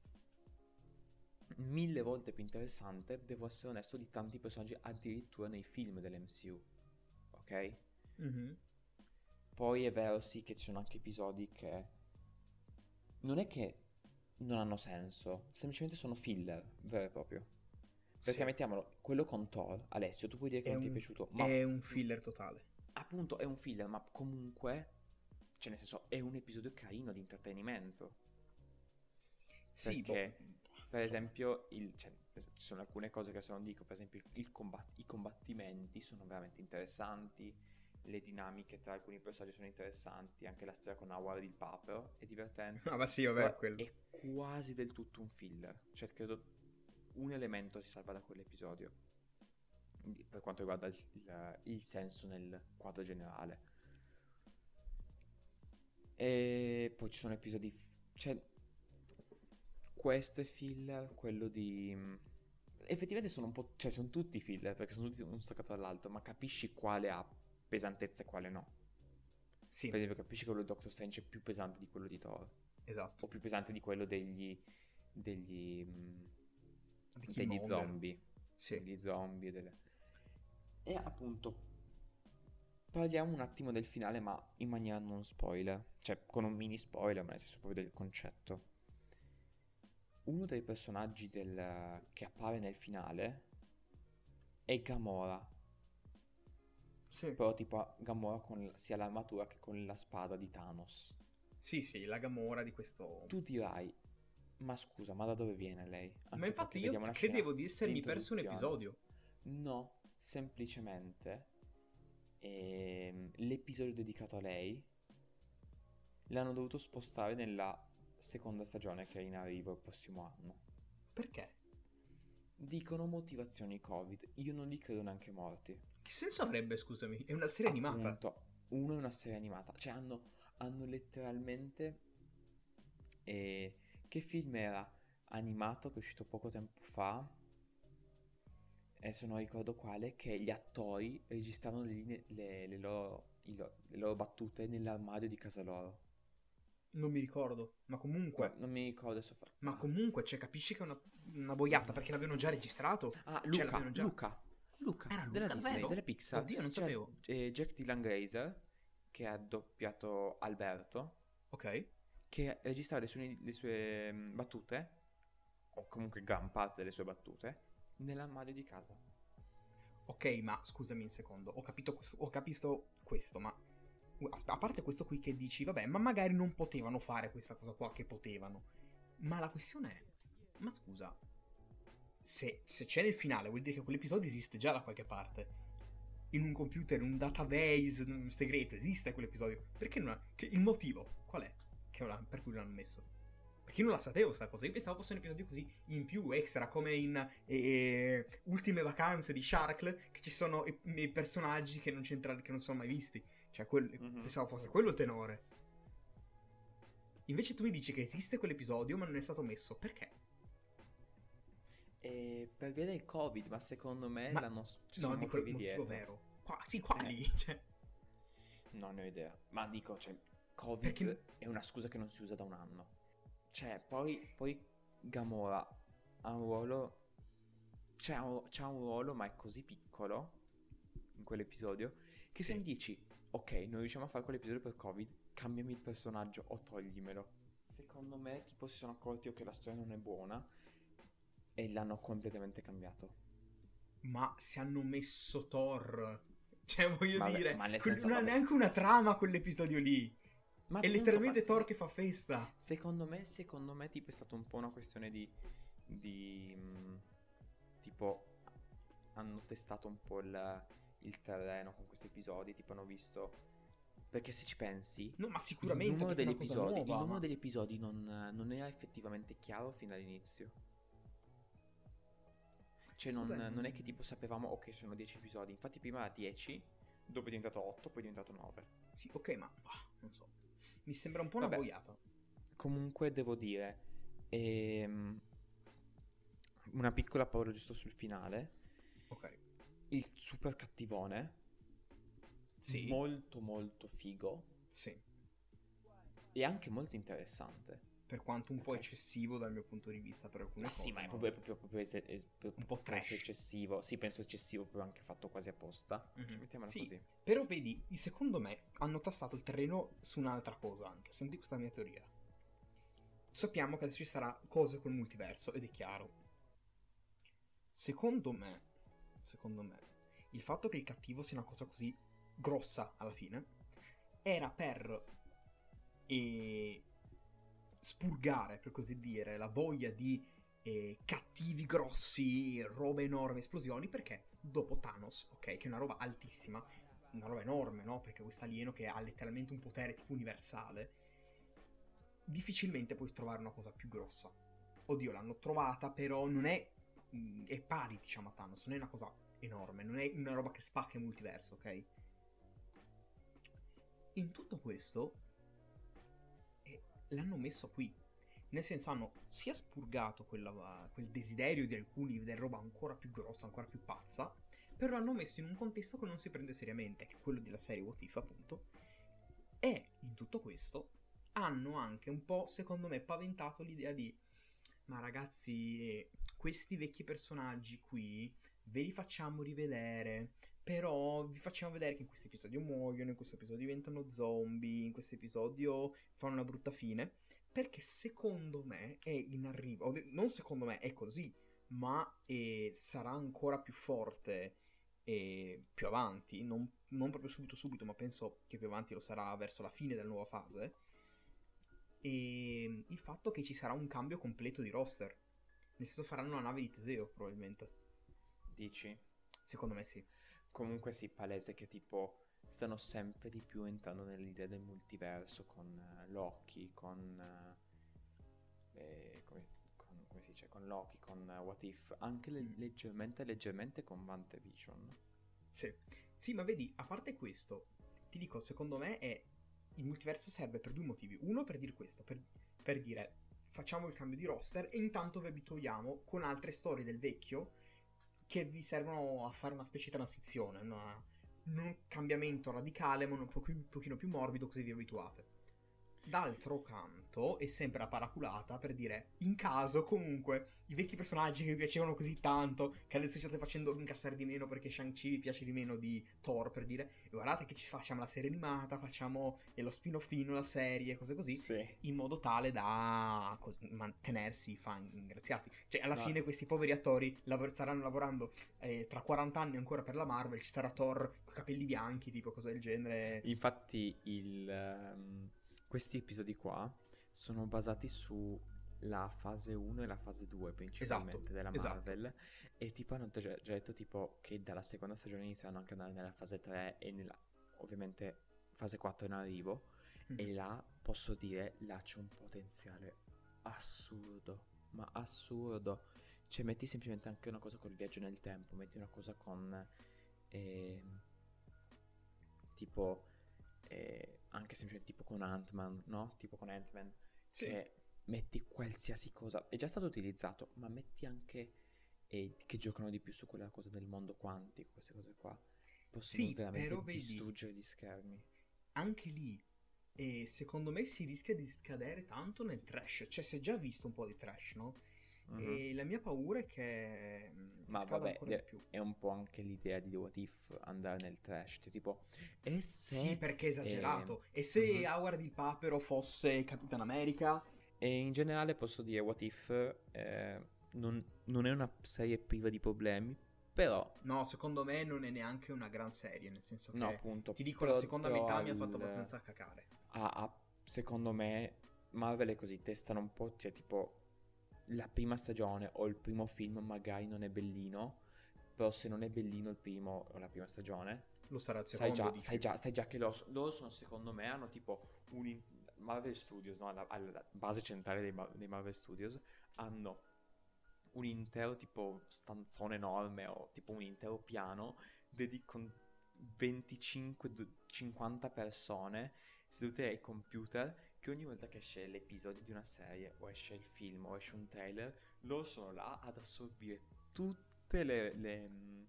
1000 volte più interessante, devo essere onesto, di tanti personaggi addirittura nei film dell'MCU. Ok? Mhm. Poi è vero sì che ci sono anche episodi che non è che non hanno senso, semplicemente sono filler, vero e proprio. Perché Sì. mettiamolo, quello con Thor, Alessio, tu puoi dire che non ti è piaciuto, ma È un filler totale. appunto è un filler, ma comunque, cioè nel senso, è un episodio carino di intrattenimento. Sì, Perché, boh, per esempio, ci sono alcune cose che se non dico, per esempio i combattimenti sono veramente interessanti, le dinamiche tra alcuni personaggi sono interessanti, anche la storia con Howard il papero è divertente. Ah, ma sì, vabbè, Però quello. è quasi del tutto un filler, cioè credo un elemento si salva da quell'episodio per quanto riguarda il senso nel quadro generale. E poi ci sono episodi cioè questo è filler, quello di effettivamente sono un po', cioè sono tutti filler perché sono tutti un staccato dall'altro, ma capisci quale ha pesantezza e quale no. Sì, Per esempio capisci che quello di Doctor Strange è più pesante di quello di Thor, esatto. o più pesante di quello degli Di degli Killmonger. zombie. Sì. Degli zombie e appunto parliamo un attimo del finale, ma in maniera non spoiler, cioè con un mini spoiler, ma nel senso proprio del concetto. Uno dei personaggi che appare nel finale è Gamora. Sì. Però tipo Gamora con sia l'armatura che con la spada di Thanos. Sì, la Gamora di questo... Tu dirai, ma scusa, ma da dove viene lei? Anche Ma infatti perché io vediamo una scena credevo di essermi di perso un introduzione. episodio. No, semplicemente l'episodio dedicato a lei l'hanno dovuto spostare nella seconda stagione che è in arrivo il prossimo anno. Perché? Dicono motivazioni Covid, io non li credo neanche morti. Che senso avrebbe, scusami? È una serie animata. Appunto, uno è una serie animata, cioè hanno letteralmente che film era animato che è uscito poco tempo fa, adesso non ricordo quale, che gli attori registrarono le loro battute nell'armadio di casa loro. Non mi ricordo, ma comunque... Non mi ricordo adesso Ma comunque, cioè, capisci che è una boiata, perché l'avevano già registrato. Ah, Cioè, Luca, l'avevano già... Luca, Era della Luca, Disney, davvero? della Pixar. Oddio, non C'è, sapevo. Jack Dylan Grazer, che ha doppiato Alberto, Ok. che registrava le sue battute, o comunque gran parte delle sue battute, nell'armadio di casa. Ok, ma scusami un secondo. Ho capito questo, ma... A parte questo qui che dici, vabbè, ma magari non potevano fare questa cosa qua che potevano. Ma la questione è... Ma scusa... Se c'è nel finale, vuol dire che quell'episodio esiste già da qualche parte. In un computer, in un database segreto, esiste quell'episodio. Perché non ha... il motivo, qual è? Per cui l'hanno messo? Perché io non la sapevo sta cosa. Io pensavo fosse un episodio così in più, extra, come in Ultime Vacanze di Sharkle, che ci sono i personaggi che non c'entrano, che non sono mai visti. Cioè, pensavo fosse quello il tenore. Invece tu mi dici che esiste quell'episodio, ma non è stato messo. Perché? Per via del Covid, ma secondo me Ma- ci No, sono dico il motivi motivo dietro. vero. Sì, quali? Cioè, Non ne ho idea. Ma dico, cioè, Covid Perché- è una scusa che non si usa da un anno. Cioè, poi Gamora ha un ruolo... c'ha un ruolo, ma è così piccolo in quell'episodio, che se Sì. mi dici, ok, non riusciamo a fare quell'episodio per Covid, cambiami il personaggio o toglimelo. Secondo me, tipo, si sono accorti che la storia non è buona e l'hanno completamente cambiato. Ma se hanno messo Thor, cioè voglio Vabbè, dire, ma nel senso, non ha vabbè. neanche una trama quell'episodio lì. Ma È appunto, letteralmente ma- Thor che fa festa. Secondo me, tipo, è stata un po' una questione tipo, hanno testato un po' il terreno con questi episodi, tipo, hanno visto... Perché se ci pensi, No, ma il sicuramente numero perché è degli una cosa episodi, nuova, il numero ma- degli episodi non era effettivamente chiaro fin dall'inizio. Cioè, Vabbè, non è che tipo sapevamo, ok, sono 10 episodi. Infatti prima era 10, dopo è diventato 8, poi è diventato 9. Sì, ok, ma non so. Mi sembra un po' una Vabbè. boiata. Comunque devo dire, una piccola parola giusto sul finale. Ok. Il super cattivone, Sì. molto molto figo Sì. e anche molto interessante. Per quanto un po' Ok. eccessivo dal mio punto di vista per alcune Ma cose. sì, ma è no? proprio Un po' trash. penso eccessivo. Sì, penso eccessivo, proprio anche fatto quasi apposta. Mhm. Cioè, mettiamola Sì, così. però vedi, secondo me hanno tastato il terreno su un'altra cosa anche. Senti questa mia teoria. Sappiamo che adesso ci sarà cose col multiverso ed è chiaro. Secondo me, il fatto che il cattivo sia una cosa così grossa alla fine era per spurgare, per così dire, la voglia di cattivi grossi, robe enormi, esplosioni, perché dopo Thanos, ok, che è una roba altissima, una roba enorme, no? Perché questo alieno che ha letteralmente un potere tipo universale, difficilmente puoi trovare una cosa più grossa. Oddio, l'hanno trovata, però non è pari, diciamo, a Thanos, non è una cosa enorme, non è una roba che spacca il multiverso, ok? In tutto questo l'hanno messo qui. Nel senso, hanno sia spurgato quel desiderio di alcuni di vedere roba ancora più grossa, ancora più pazza, però l'hanno messo in un contesto che non si prende seriamente, che è quello della serie What If, appunto. E in tutto questo hanno anche un po', secondo me, paventato l'idea di: ma ragazzi, questi vecchi personaggi qui ve li facciamo rivedere, però vi facciamo vedere che in questo episodio muoiono, in questo episodio diventano zombie, in questo episodio fanno una brutta fine, perché secondo me è in arrivo, non secondo me, è così, ma sarà ancora più forte più avanti, non proprio subito, ma penso che più avanti lo sarà verso la fine della nuova fase, e il fatto che ci sarà un cambio completo di roster, nel senso faranno una nave di Teseo probabilmente. Dici? Secondo me sì. Comunque sì, palese che tipo stanno sempre di più entrando nell'idea del multiverso con Loki, come si dice, con Loki, con What If, anche leggermente con WandaVision. Sì, ma vedi, a parte questo, ti dico, secondo me il multiverso serve per due motivi. Uno, per dire questo, per dire facciamo il cambio di roster e intanto vi abituiamo con altre storie del vecchio che vi servono a fare una specie di transizione, non un cambiamento radicale, ma un pochino più morbido, così vi abituate. D'altro canto è sempre la paraculata per dire, in caso comunque i vecchi personaggi che vi piacevano così tanto, che adesso state facendo incassare di meno perché Shang-Chi vi piace di meno di Thor, per dire, guardate che ci facciamo la serie animata, facciamo lo spin-offino, la serie, cose così, Sì. in modo tale da mantenersi i fan ingraziati. Cioè alla No. fine questi poveri attori staranno lavorando tra 40 anni ancora per la Marvel, ci sarà Thor con capelli bianchi, tipo cose del genere. Infatti questi episodi qua sono basati su la fase 1 e la fase 2 principalmente Esatto, della esatto. Marvel, e tipo hanno già detto tipo che dalla seconda stagione iniziano anche ad andare nella fase 3 e nella ovviamente fase 4 in arrivo, e là posso dire là c'è un potenziale assurdo, ma assurdo. Cioè metti semplicemente anche una cosa col viaggio nel tempo, metti una cosa con tipo anche semplicemente tipo con Ant-Man, no? Tipo con Ant-Man, Sì. che metti qualsiasi cosa, è già stato utilizzato, ma metti anche che giocano di più su quella cosa del mondo quantico, queste cose qua possono Sì, veramente però vedi, distruggere gli schermi. anche lì, secondo me si rischia di scadere tanto nel trash. Cioè, si è già visto un po' di trash, no? E la mia paura è che Ma scada vabbè, ancora di più. è un po' anche l'idea di What If andare nel trash, cioè, tipo, e se... Sì, perché è esagerato. E se Howard il Papero fosse Capitan America? E in generale posso dire What If non è una serie priva di problemi, però... No, secondo me non è neanche una gran serie, nel senso che... No, appunto. Ti dico, la seconda metà mi ha fatto abbastanza cacare. Secondo me Marvel è così, testano un po', cioè tipo la prima stagione o il primo film magari non è bellino, però se non è bellino il primo o la prima stagione, lo sarà il secondo. Sai già che loro sono, secondo me, hanno tipo Marvel Studios, no? Alla base centrale dei Marvel Studios hanno un intero tipo stanzone enorme o tipo un intero piano con 25-50 persone sedute ai computer, che ogni volta che esce l'episodio di una serie o esce il film o esce un trailer, loro sono là ad assorbire tutte le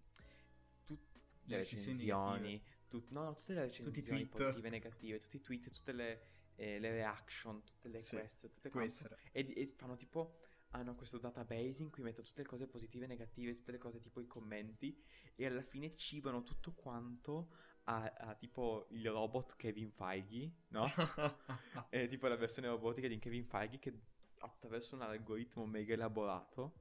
recensioni, tutte le recensioni positive e negative, tutti i tweet, tutte le reaction, tutte le quest, tutte queste, e fanno tipo, hanno questo database in cui mettono tutte le cose positive e negative, tutte le cose tipo i commenti, e alla fine cibano tutto quanto a tipo il robot Kevin Feige, no? È tipo la versione robotica di Kevin Feige che attraverso un algoritmo mega elaborato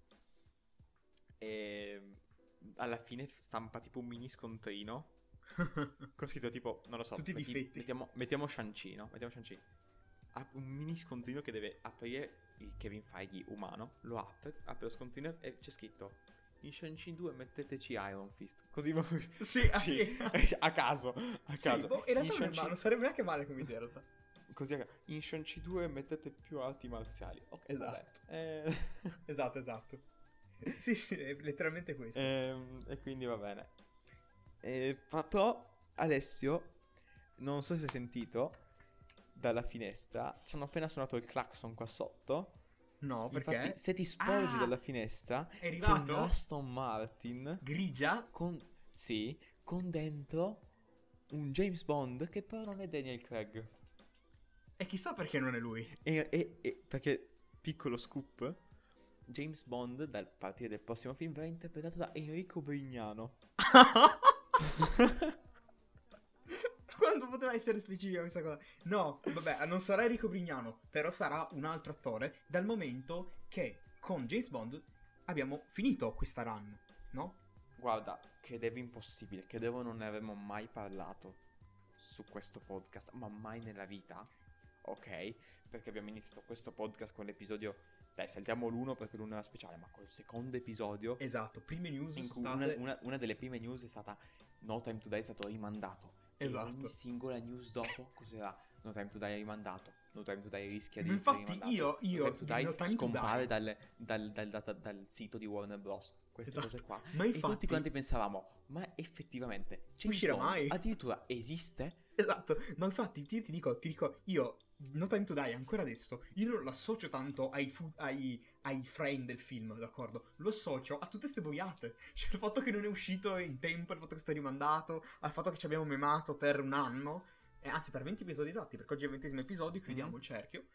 e alla fine stampa tipo un mini scontrino con scritto tipo, non lo so, tutti i difetti. mettiamo Shang-Chi, no? Mettiamo Shang-Chi. Ha un mini scontrino che deve aprire il Kevin Feige umano, lo apre lo scontrino e c'è scritto: in Shang-Chi 2 metteteci Iron Fist. Così sì. a caso. Sì, in realtà non sarebbe neanche male come idea, in realtà. Così in Shang-Chi 2 mettete più arti marziali. Ok, esatto. Esatto. Sì, è letteralmente questo. E quindi va bene. Però Alessio, non so se hai sentito dalla finestra, ci hanno appena suonato il clacson qua sotto. No, perché? Infatti, se ti sporgi dalla finestra, è arrivato? C'è un Aston Martin grigia con dentro un James Bond che però non è Daniel Craig. E chissà perché non è lui. Perché, piccolo scoop, James Bond dal partire del prossimo film verrà interpretato da Enrico Brignano. Quando poteva essere specifica questa cosa? No, vabbè, non sarà Enrico Brignano, però sarà un altro attore, dal momento che con James Bond abbiamo finito questa run, no? Guarda, credevo impossibile, credevo non ne avremmo mai parlato su questo podcast, ma mai nella vita, ok? Perché abbiamo iniziato questo podcast con l'episodio, dai, saltiamo l'1 perché l'1 era speciale, ma col secondo episodio, esatto, prime news in sono cui state... una delle prime news è stata No Time to Die è stato rimandato. Esatto. E ogni singola news dopo cos'era? No Time to Die è rimandato, No Time to Die rischia di infatti essere rimandato. io No Time to Die scompare dal sito di Warner Bros. Queste cose qua. Ma infatti, e tutti quanti pensavamo, ma effettivamente uscirà mai? Addirittura esiste? Esatto, ma infatti ti dico, io No Time to Die ancora adesso, io non l'associo tanto ai frame del film, d'accordo? Lo associo a tutte ste boiate. Cioè il fatto che non è uscito in tempo, il fatto che sta rimandato, al fatto che ci abbiamo memato per un anno, anzi per 20 episodi esatti, perché oggi è il 20esimo episodio, chiudiamo il cerchio.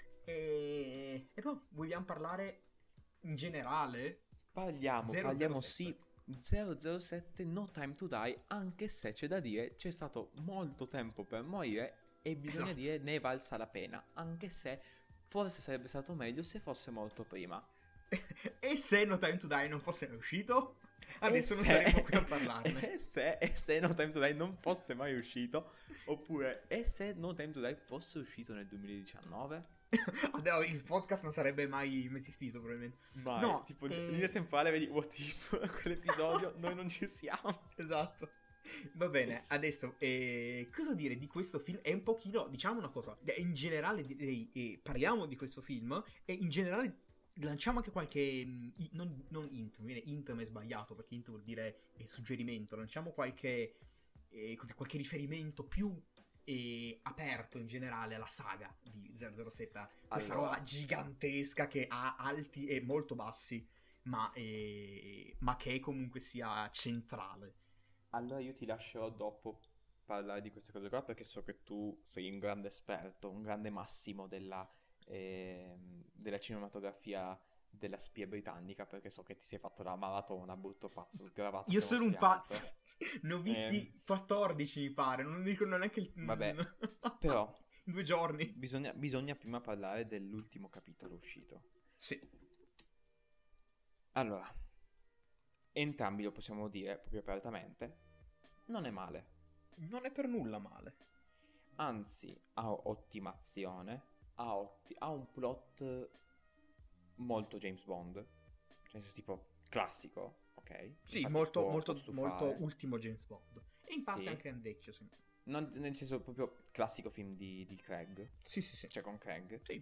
E poi vogliamo parlare in generale? Parliamo 007. Sì, 007 No Time to Die, anche se c'è da dire c'è stato molto tempo per morire e bisogna dire ne è valsa la pena, anche se forse sarebbe stato meglio se fosse morto prima. E se No Time to Die non fosse mai uscito? Adesso non saremo qui a parlarne. E se No Time to Die non fosse mai uscito, oppure e se No Time to Die fosse uscito nel 2019? No, il podcast non sarebbe mai esistito probabilmente. Mai, no, tipo linea temporale, vedi What If, quell'episodio noi non ci siamo. Esatto. Va bene, adesso cosa dire di questo film? È un pochino, diciamo una cosa, in generale parliamo di questo film e in generale lanciamo anche qualche non int, mi viene int ma è sbagliato perché int vuol dire suggerimento, lanciamo qualche riferimento più aperto in generale alla saga di 007, questa roba gigantesca che ha alti e molto bassi, ma che comunque sia centrale. Allora io ti lascerò dopo parlare di queste cose qua, perché so che tu sei un grande esperto, un grande massimo della cinematografia della spia britannica, perché so che ti sei fatto la maratona, brutto pazzo, sgravato. Io sono un pazzo. altro. Ne ho visti 14, mi pare. Non dico neanche il... Vabbè, però... in 2 giorni. Bisogna prima parlare dell'ultimo capitolo uscito. Sì. Allora, entrambi lo possiamo dire proprio apertamente, non è male. Non è per nulla male. Anzi, ha ottimazione, ha un plot molto James Bond, nel senso tipo classico, ok? Sì, Infatti molto, può molto, stufare. molto ultimo James Bond. E in parte Sì. anche invecchio, sì. Nel senso proprio classico film di Craig, Sì, sì, sì. cioè con Craig. Sì.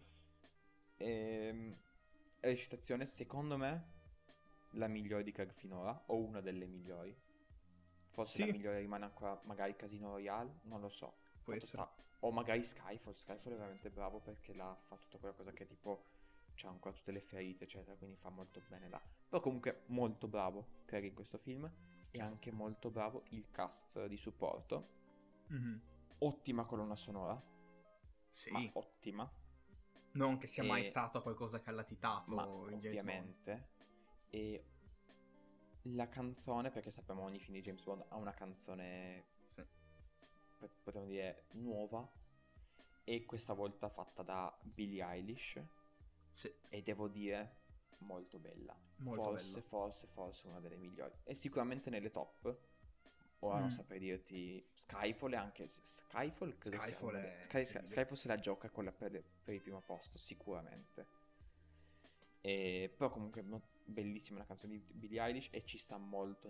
Recitazione, secondo me, la migliore di Craig finora, o una delle migliori. Forse Sì. la migliore rimane ancora magari Casino Royale, non lo so. Può Fatto essere. o magari Skyfall è veramente bravo perché fa tutta quella cosa che tipo c'ha ancora tutte le ferite, eccetera, quindi fa molto bene là. Però comunque molto bravo Craig in questo film, e anche molto bravo il cast di supporto. Mhm. Ottima colonna sonora, Sì. ma ottima. Non che sia mai E- stato qualcosa che ha latitato Ma in James Bond. ovviamente. E la canzone, perché sappiamo ogni film di James Bond ha una canzone, Sì. potremmo dire, nuova, e questa volta fatta da Billie Eilish, Sì. e devo dire molto bella. Molto Forse una delle migliori, e sicuramente nelle top. Ora non saprei dirti Skyfall, e anche Skyfall credo sia Skyfall una è Skyfall se la gioca quella per il primo posto sicuramente. Però comunque bellissima la canzone di Billie Eilish, e ci sta molto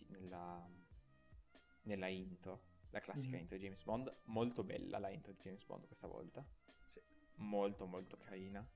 nella intro, la classica intro di James Bond. Molto bella la intro di James Bond questa volta. Sì. Molto molto carina.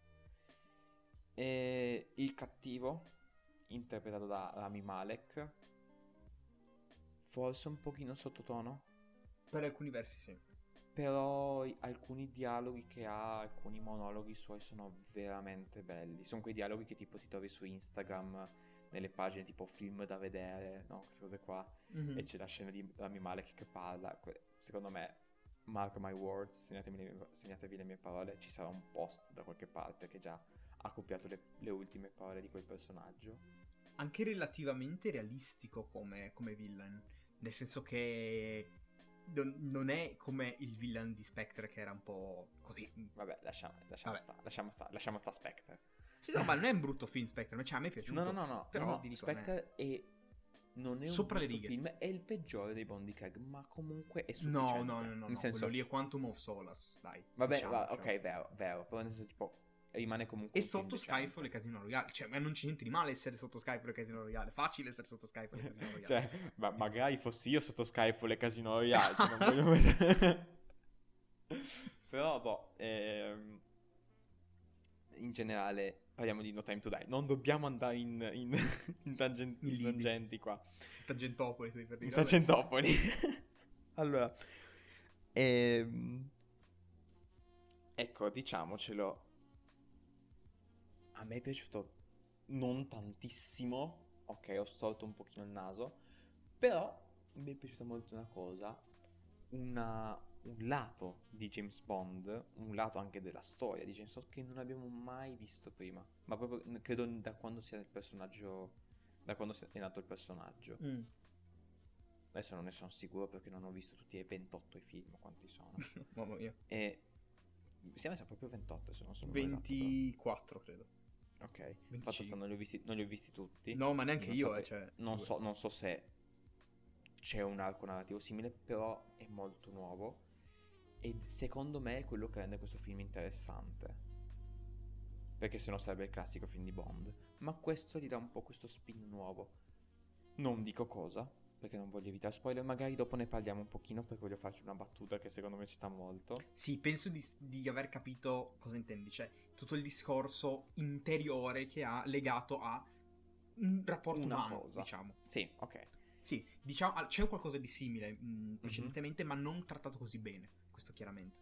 E il cattivo, interpretato da Rami Malek, forse un pochino sottotono, Per alcuni versi sì. però alcuni dialoghi che ha, alcuni monologhi suoi sono veramente belli. Sono quei dialoghi che tipo ti trovi su Instagram, nelle pagine tipo film da vedere, no? Queste cose qua. E c'è la scena di Rami Malek che parla. Secondo me, mark my words, segnatevi le mie parole, ci sarà un post da qualche parte che già ha copiato le ultime parole di quel personaggio. Anche relativamente realistico come villain. Nel senso che non è come il villain di Spectre, che era un po' così. Vabbè, lasciamo sta Spectre. Sì, no, ma non è un brutto film Spectre, cioè a me è piaciuto. No. Però No, ti dico, Spectre non è un sopra le brutto righe. film, è il peggiore dei Bond di Craig, ma comunque è No, sufficiente. nel Nel senso, quello lì è Quantum of Solace, dai. vabbè, diciamo. ok, vero, però nel senso tipo rimane comunque E un film sotto decente. Skyfall e Casino Royale. Cioè, ma non c'è niente di male essere sotto Skyfall e Casino Royale. Facile essere sotto Skyfall e Casino Royale. Cioè, ma magari fossi io sotto Skyfall e Casino Royale, cioè, non voglio vedere. Però, boh, in generale parliamo di No Time to Die. Non dobbiamo andare in tangenti qua. Tangentopoli, stai per dire. In Tangentopoli. Allora, ecco, diciamocelo. A me è piaciuto non tantissimo. Ok, ho storto un pochino il naso. Però mi è piaciuta molto una cosa. Un lato di James Bond, un lato anche della storia di James Bond che non abbiamo mai visto prima. Ma proprio credo da quando sia il personaggio. Da quando è nato il personaggio. Adesso non ne sono sicuro perché non ho visto tutti e 28 i film, quanti sono. Mamma mia. E siamo proprio 28, se non sono 24, credo. esatto. Ok, 25. fatto sta, non li ho visti tutti. No, ma neanche Non io, so cioè. non so se c'è un arco narrativo simile, però è molto nuovo. E secondo me è quello che rende questo film interessante. Perché se no sarebbe il classico film di Bond. Ma questo gli dà un po' questo spin nuovo. Non dico cosa, perché non voglio evitare spoiler. Magari dopo ne parliamo un pochino, perché voglio farci una battuta che secondo me ci sta molto. Sì, penso di aver capito cosa intendi. Cioè, tutto il discorso interiore che ha legato a un rapporto Una umano, cosa. diciamo. Sì, ok. Sì, diciamo, c'è qualcosa di simile precedentemente, ma non trattato così bene, questo chiaramente.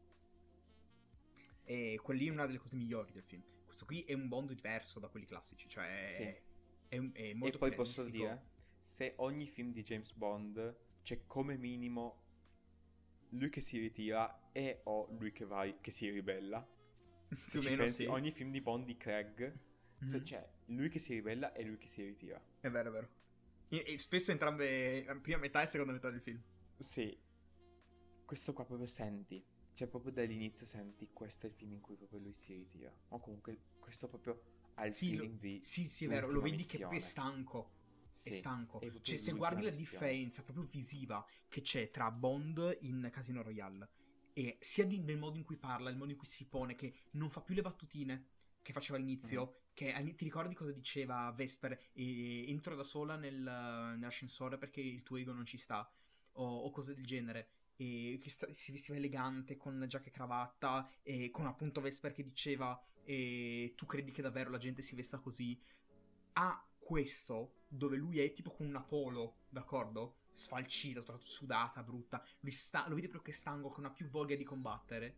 E quelli è una delle cose migliori del film. Questo qui è un Bond diverso da quelli classici, cioè Sì. è molto E poi più posso realistico. dire, se ogni film di James Bond c'è come minimo lui che si ritira e o lui che si ribella. Se Più o ci meno pensi, sì. ogni film di Bond di Craig Se Mhm. c'è lui che si ribella e lui che si ritira. È vero, è vero. E spesso entrambe, prima metà e seconda metà del film. Sì, questo qua proprio senti, cioè proprio dall'inizio senti questo è il film in cui proprio lui si ritira. O comunque questo proprio ha il Sì, feeling di sì, è vero, lo ultima vedi che proprio è missione. stanco. Sì, È stanco. è proprio Cioè, se l'ultima guardi la missione. differenza proprio visiva che c'è tra Bond in Casino Royale e sia nel modo in cui parla, il modo in cui si pone, che non fa più le battutine che faceva all'inizio, che ti ricordi cosa diceva Vesper? Entro da sola nell'ascensore perché il tuo ego non ci sta, o cose del genere. E che si vestiva elegante con giacca e cravatta, e con appunto Vesper che diceva tu credi che davvero la gente si vesta così? Ha questo dove lui è tipo con una polo, d'accordo? Sfalcita, tutta sudata, brutta. Lo vedi proprio che è stanco, che non ha più voglia di combattere.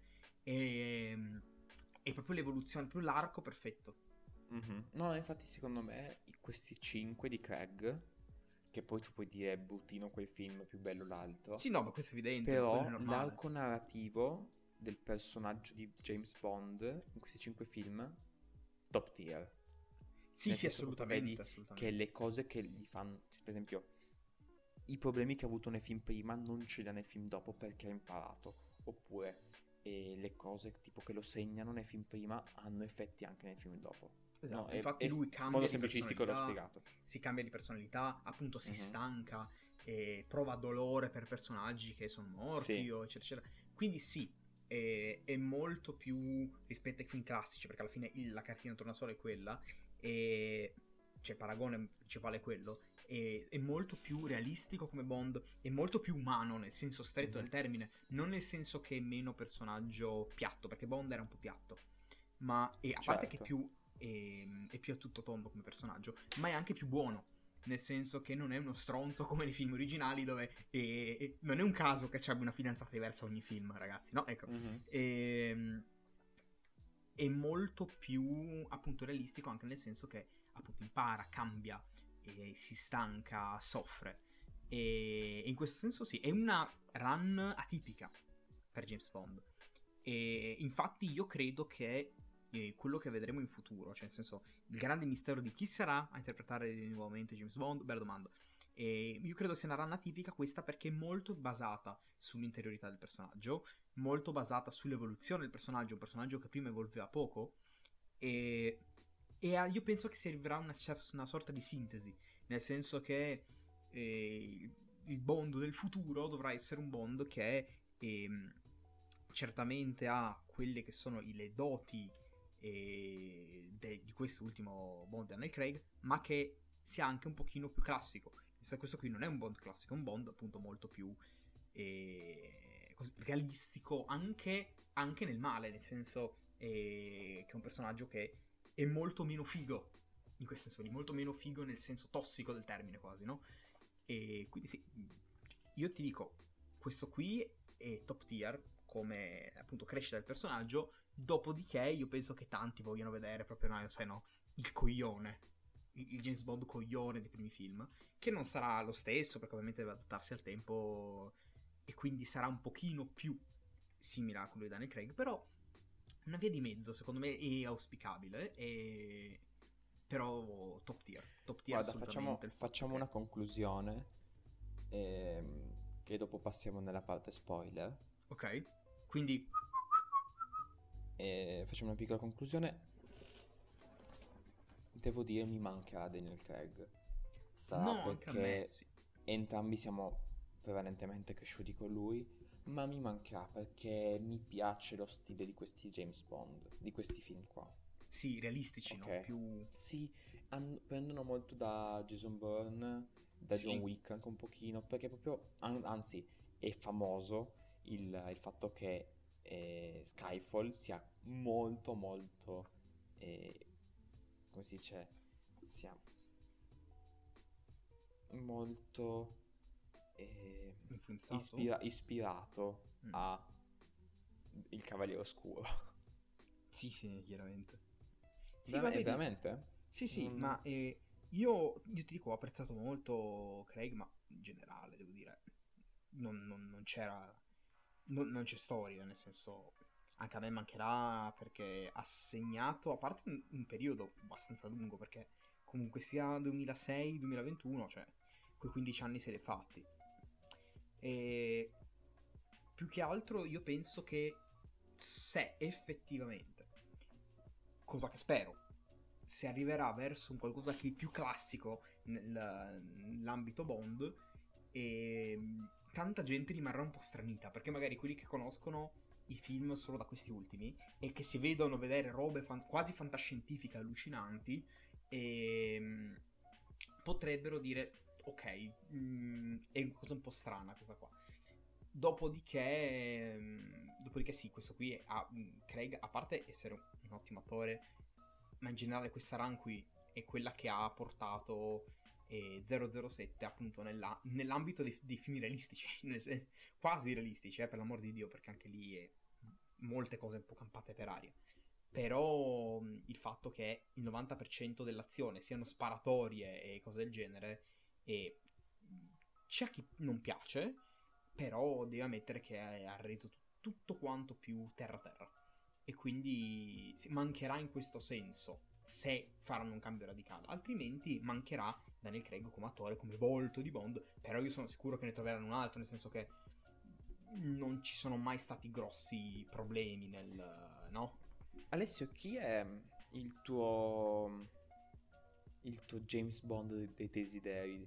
E è proprio l'evoluzione, proprio l'arco perfetto. Mhm. No, infatti secondo me questi 5 di Craig, che poi tu puoi dire è bruttino quel film, più bello l'altro. Sì, no, ma questo è evidente, Però quello è normale. l'arco narrativo del personaggio di James Bond in questi 5 film, top tier. Sì, Nel sì, senso proprio assolutamente, vedi assolutamente. che le cose che gli fanno, per esempio, i problemi che ha avuto nei film prima non ce li ha nei film dopo perché ha imparato. Oppure le cose tipo che lo segnano nei film prima hanno effetti anche nei film dopo. Esatto, No, infatti lui cambia modo di semplicistico l'ho personalità, spiegato. si cambia di personalità, appunto si Mhm. stanca, prova dolore per personaggi che sono morti, Sì. o eccetera, eccetera. Quindi sì, è molto più rispetto ai film classici, perché alla fine la cartina tornasole è quella, e cioè il paragone principale è quello, e è molto più realistico come Bond, è molto più umano nel senso stretto del termine, non nel senso che è meno personaggio piatto, perché Bond era un po' piatto, ma a parte che Certo. è più a tutto tondo come personaggio, ma è anche più buono, nel senso che non è uno stronzo come nei film originali dove non è un caso che ci abbia una fidanzata diversa ogni film, ragazzi, no? Ecco. Mhm. È molto più appunto realistico anche nel senso che appunto impara, cambia, si stanca, soffre, e in questo senso sì, è una run atipica per James Bond, e infatti io credo che quello che vedremo in futuro, cioè nel senso il grande mistero di chi sarà a interpretare nuovamente James Bond, bella domanda. E io credo sia una run atipica questa perché è molto basata sull'interiorità del personaggio, molto basata sull'evoluzione del personaggio, un personaggio che prima evolveva poco, io penso che servirà una sorta di sintesi, nel senso che il Bond del futuro dovrà essere un Bond che certamente ha quelle che sono le doti di questo ultimo Bond di Daniel Craig, ma che sia anche un pochino più classico. Questo qui non è un Bond classico, è un Bond appunto molto più realistico anche nel male, nel senso che è un personaggio che è molto meno figo in questo senso, molto meno figo nel senso tossico del termine quasi, no? E quindi sì, io ti dico, questo qui è top tier come appunto crescita del personaggio, dopodiché io penso che tanti vogliono vedere proprio, no, sai, no, il coglione, il James Bond coglione dei primi film, che non sarà lo stesso perché ovviamente deve adattarsi al tempo e quindi sarà un pochino più simile a quello di Daniel Craig, però una via di mezzo secondo me è auspicabile, però top tier Guarda, assolutamente. facciamo una conclusione che dopo passiamo nella parte spoiler. Ok, quindi Facciamo una piccola conclusione. Devo dire mi mancherà Daniel Craig. Sarà no, anche a me, perché sì. entrambi siamo prevalentemente cresciuti con lui, ma mi mancherà perché mi piace lo stile di questi James Bond, di questi film qua. Sì, realistici, Ok. no? Più... Sì, prendono molto da Jason Bourne, da Sì. John Wick anche un pochino, perché proprio, anzi, è famoso il fatto che Skyfall sia molto molto, come si dice, sia molto influenzato. ispirato Mm. a Il Cavaliere Oscuro. Sì, chiaramente. Sì, Sì, ma vedi, veramente? sì, Mm. ma io ti dico, ho apprezzato molto Craig, ma in generale, devo dire, non c'era... non c'è storia, nel senso... Anche a me mancherà perché ha segnato, a parte un periodo abbastanza lungo, perché comunque sia 2006-2021, cioè quei 15 anni se li è fatti. E più che altro io penso che se effettivamente, cosa che spero, se arriverà verso un qualcosa che è più classico nell'ambito Bond, e tanta gente rimarrà un po' stranita, perché magari quelli che conoscono i film solo da questi ultimi e che si vedono vedere robe quasi fantascientifiche allucinanti, e potrebbero dire ok, è una cosa un po' strana questa qua. Dopodiché sì, questo qui Craig, a parte essere un ottimo attore, ma in generale questa run qui è quella che ha portato 007 appunto nell'ambito dei film realistici, quasi realistici, per l'amor di Dio, perché anche lì è molte cose un po' campate per aria. Però il fatto che il 90% dell'azione siano sparatorie e cose del genere, e c'è a chi non piace, però devi ammettere che ha reso tutto quanto più terra-terra. E quindi mancherà in questo senso se faranno un cambio radicale, altrimenti mancherà Daniel Craig come attore, come volto di Bond. Però io sono sicuro che ne troveranno un altro, nel senso che non ci sono mai stati grossi problemi no? Alessio, chi è il tuo James Bond dei desideri?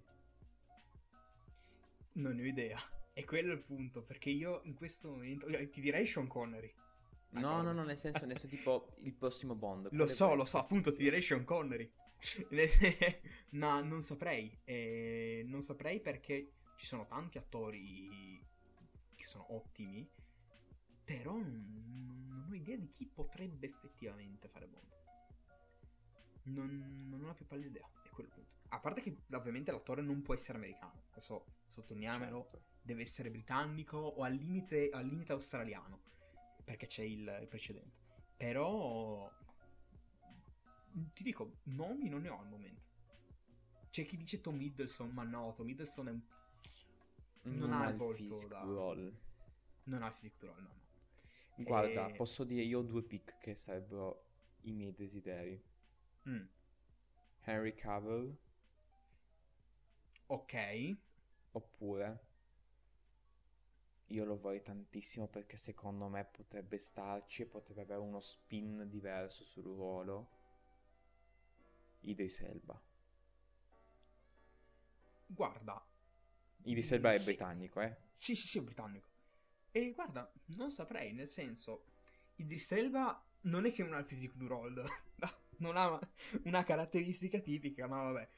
Non ne ho idea, è quello il punto, perché io in questo momento ti direi Sean Connery. No, nel senso tipo il prossimo Bond. Lo so, appunto ti direi Sean Connery. No, non saprei. Non saprei perché ci sono tanti attori che sono ottimi, però non ho idea di chi potrebbe effettivamente fare Bond. Non ho la più pallida idea, è quello il punto. A parte che ovviamente l'attore non può essere americano, questo sottolineiamelo, certo. Deve essere britannico o al limite australiano, perché c'è il precedente. Però ti dico, nomi non ne ho al momento. C'è chi dice Tom Hiddleston, ma no, Tom Hiddleston è non ha il volto da roll. Non ha il physique roll, no. Guarda, posso dire io ho 2 pick che sarebbero i miei desideri. Henry Cavill. Ok. Oppure io lo vorrei tantissimo perché secondo me potrebbe starci e potrebbe avere uno spin diverso sul ruolo. Idris Elba. Guarda, Idris Elba è britannico, Sì, è britannico. E guarda, non saprei, nel senso, Idris Elba non è che non ha il physique du role, non ha una caratteristica tipica, ma vabbè.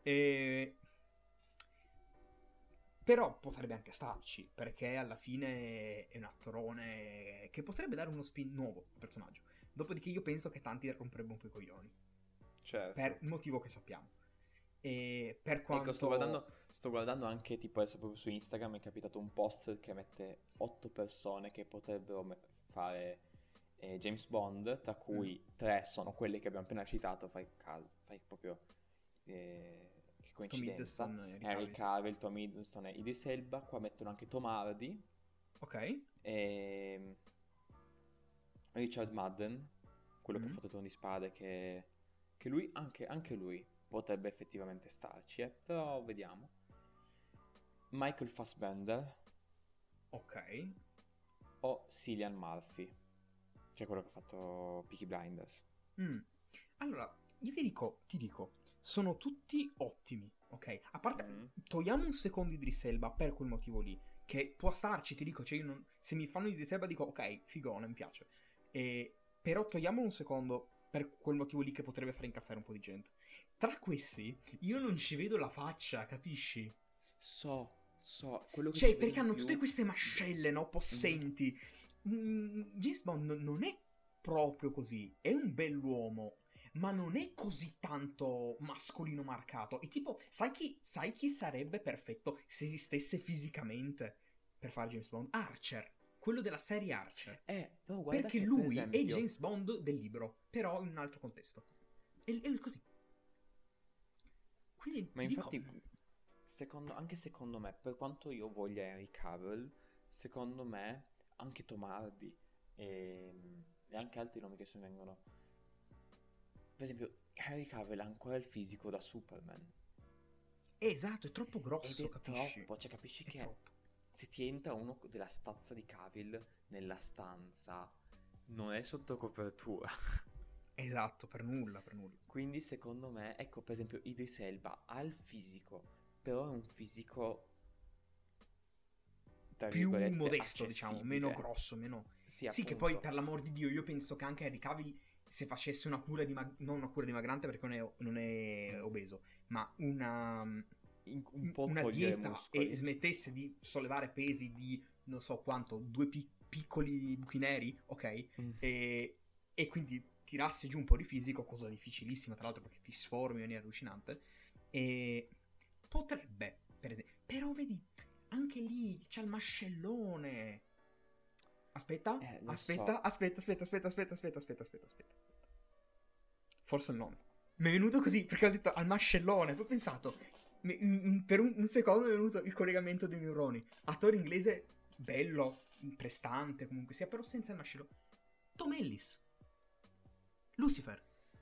Però potrebbe anche starci, perché alla fine è un attorone che potrebbe dare uno spin nuovo al personaggio. Dopodiché io penso che tanti romperebbe un po' i coglioni. Certo. Per il motivo che sappiamo. E per quanto... Ecco, sto guardando anche tipo adesso proprio su Instagram, mi è capitato un post che mette 8 persone che potrebbero fare James Bond, tra cui 3 sono quelle che abbiamo appena citato, fai proprio... che coincidenza. Henry Cavill, Tom Hiddleston e Idris Elba. Qua mettono anche Tom Hardy. Ok. E Richard Madden, quello che ha fatto Trono di Spade, che lui, anche lui potrebbe effettivamente starci, però vediamo. Michael Fassbender. Ok. O Cillian Murphy, cioè quello che ha fatto Peaky Blinders. Allora, io ti dico, sono tutti ottimi, ok? A parte, togliamo un secondo Idris Elba per quel motivo lì, che può starci, ti dico, cioè io se mi fanno Idris Elba dico, ok, figone, mi piace. Però togliamo un secondo per quel motivo lì che potrebbe far incazzare un po' di gente. Tra questi, io non ci vedo la faccia, capisci? So, quello che cioè, perché hanno tutte queste mascelle, no? Possenti. James Bond non è proprio così, è un bell'uomo, ma non è così tanto mascolino marcato. E tipo, sai chi sarebbe perfetto se esistesse fisicamente per fare James Bond? Archer, quello della serie Archer. Però guarda, perché che, lui per esempio... è James Bond del libro, però in un altro contesto. È così. Quindi, ma infatti, secondo me, per quanto io voglia Henry Cavill, secondo me anche Tom Hardy e anche altri nomi che se ne vengono. Per esempio, Henry Cavill ha ancora il fisico da Superman. Esatto, è troppo grosso, Ed è capisci? troppo, cioè capisci È che troppo. se ti entra uno della stazza di Cavill nella stanza, non è sotto copertura. Esatto, per nulla, per nulla. Quindi secondo me, ecco per esempio Idris Elba ha il fisico, però è un fisico tra Più virgolette, modesto, diciamo, meno accessibile. grosso, meno... Sì, Sì, che appunto. poi, per l'amor di Dio, io penso che anche Henry Cavill, se facesse una cura non una cura dimagrante perché non è obeso, ma Un po' una togliere dieta muscoli. e smettesse di sollevare pesi di, non so quanto, due piccoli buchi neri, ok? Mm. E quindi tirasse giù un po' di fisico, cosa difficilissima tra l'altro perché ti sformi in maniera allucinante, e potrebbe, per esempio, però vedi, anche lì c'è il mascellone. Aspetta. Lo so. Forse il nome. Mi è venuto così perché ho detto al mascellone, poi ho pensato, per un secondo mi è venuto il collegamento dei neuroni. Attore inglese bello, prestante comunque sia, però senza il mascellone. Tom Ellis. Lucifer.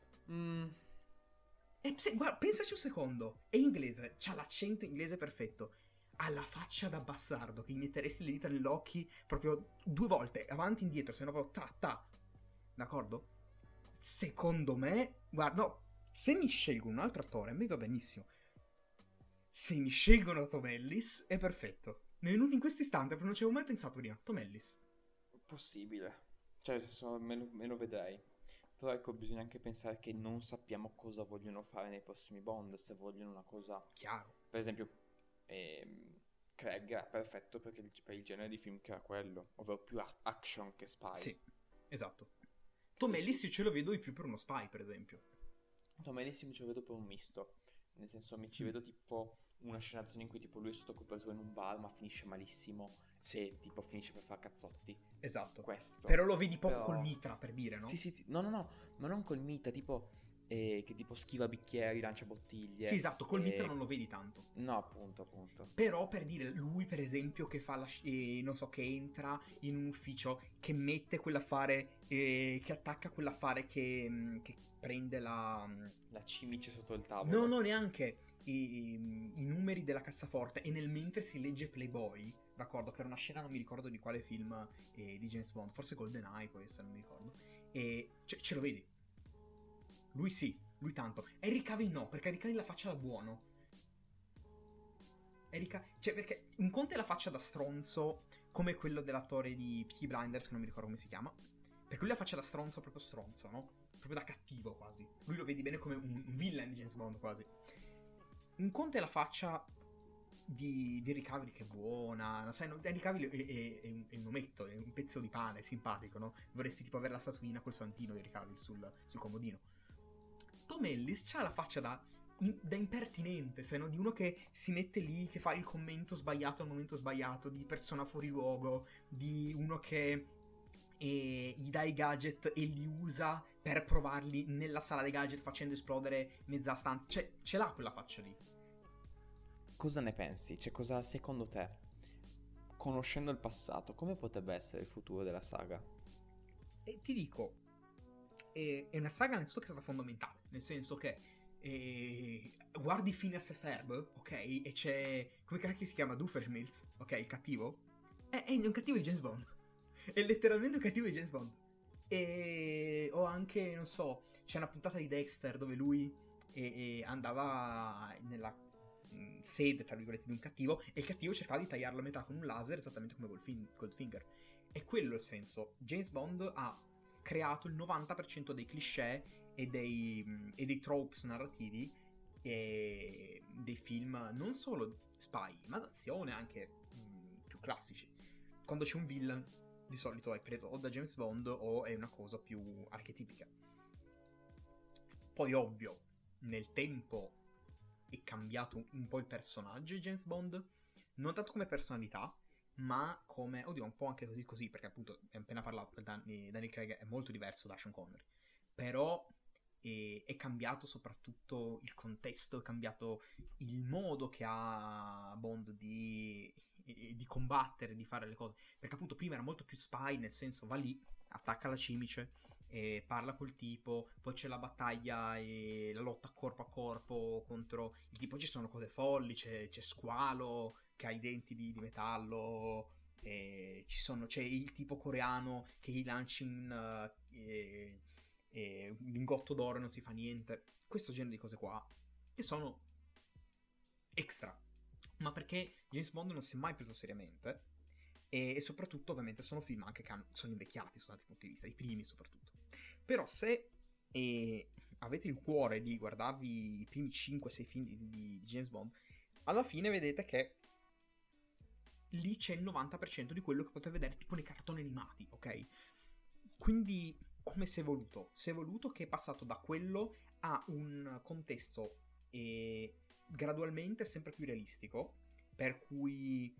Guarda, pensaci un secondo. È inglese, c'ha l'accento inglese perfetto. Ha la faccia da bastardo che gli metteresti le dita negli occhi proprio 2 volte, avanti e indietro, se no proprio ta. D'accordo? Secondo me, guarda, no, se mi scelgono un altro attore, a me va benissimo. Se mi scelgono Tom Ellis, è perfetto. Mi è venuto in questo istante, perché non ci avevo mai pensato prima. Tom Ellis. Possibile. Cioè, nel senso, me lo vedrei. Però ecco, bisogna anche pensare che non sappiamo cosa vogliono fare nei prossimi Bond, se vogliono una cosa... Chiaro. Per esempio, Craig era perfetto perché per il genere di film che era quello, ovvero più action che spy. Sì, esatto. Tom Ellis io ce lo vedo di più per uno spy, per esempio. Tom Ellis mi ci vedo per un misto. Nel senso, mi ci vedo tipo una scenazione in cui tipo lui è sotto copertura in un bar ma finisce malissimo. Se tipo finisce per far cazzotti. Esatto. Questo. Però lo vedi poco col mitra, per dire, no? Sì. No, ma non col mitra, tipo... che tipo schiva bicchieri, lancia bottiglie. Sì, esatto, col mitra non lo vedi tanto. No, appunto. Però per dire, lui per esempio che fa non so, che entra in un ufficio, che mette quell'affare, che attacca quell'affare che prende la cimice sotto il tavolo. No, neanche i numeri della cassaforte, e nel mentre si legge Playboy, d'accordo, che era una scena, non mi ricordo di quale film di James Bond, forse GoldenEye può essere, non mi ricordo, e ce lo vedi. Lui sì, lui tanto. Henry Cavill no, perché Henry Cavill la faccia da buono. Cioè, perché un conto è la faccia da stronzo, come quello dell'attore di Peaky Blinders, che non mi ricordo come si chiama. Perché lui la faccia da stronzo, proprio stronzo, no? Proprio da cattivo, quasi. Lui lo vedi bene come un villain di James Bond, quasi. Un conto è la faccia di Henry Cavill che è buona, sai, Henry Cavill è un ometto, è un pezzo di pane, è simpatico, no? Vorresti tipo avere la statuina col santino di Henry Cavill sul comodino. Tom Ellis c'ha la faccia da impertinente, sai, no? Di uno che si mette lì, che fa il commento sbagliato al momento sbagliato, di persona fuori luogo, di uno che gli dà i gadget e li usa per provarli nella sala dei gadget facendo esplodere mezza stanza. Cioè, ce l'ha quella faccia lì. Cosa ne pensi? Cioè, cosa secondo te, conoscendo il passato, come potrebbe essere il futuro della saga? E ti dico, è una saga innanzitutto che è stata fondamentale, nel senso che guardi Phineas e Ferb, ok? E c'è, come cacchio si chiama, Doofenshmirtz, ok? Il cattivo è un cattivo di James Bond. È letteralmente un cattivo di James Bond. O anche, non so, c'è una puntata di Dexter dove lui andava nella sede, tra virgolette, di un cattivo, e il cattivo cercava di tagliarlo a metà con un laser, esattamente come Goldfinger. È quello il senso. James Bond ha creato il 90% dei cliché e dei tropes narrativi e dei film non solo spy, ma d'azione anche più classici. Quando c'è un villain, di solito è preso o da James Bond o è una cosa più archetipica. Poi ovvio, nel tempo è cambiato un po' il personaggio di James Bond, non tanto come personalità, ma come, oddio, un po' anche così, perché appunto abbiamo appena parlato, Daniel Craig è molto diverso da Sean Connery, però è cambiato soprattutto il contesto, è cambiato il modo che ha Bond di di combattere, di fare le cose, perché appunto prima era molto più spy, nel senso va lì, attacca la cimice, parla col tipo, poi c'è la battaglia e la lotta corpo a corpo contro il tipo, ci sono cose folli, c'è Squalo che ha i denti di metallo, c'è il tipo coreano che gli lanci un lingotto d'oro e non si fa niente, questo genere di cose qua che sono extra, ma perché James Bond non si è mai preso seriamente, e soprattutto ovviamente sono film anche che sono invecchiati sotto altri punti di vista, i primi soprattutto. Però se avete il cuore di guardarvi i primi 5-6 film di James Bond, alla fine vedete che lì c'è il 90% di quello che potete vedere tipo nei cartoni animati, ok? Quindi come si è evoluto? Si è evoluto che è passato da quello a un contesto gradualmente sempre più realistico, per cui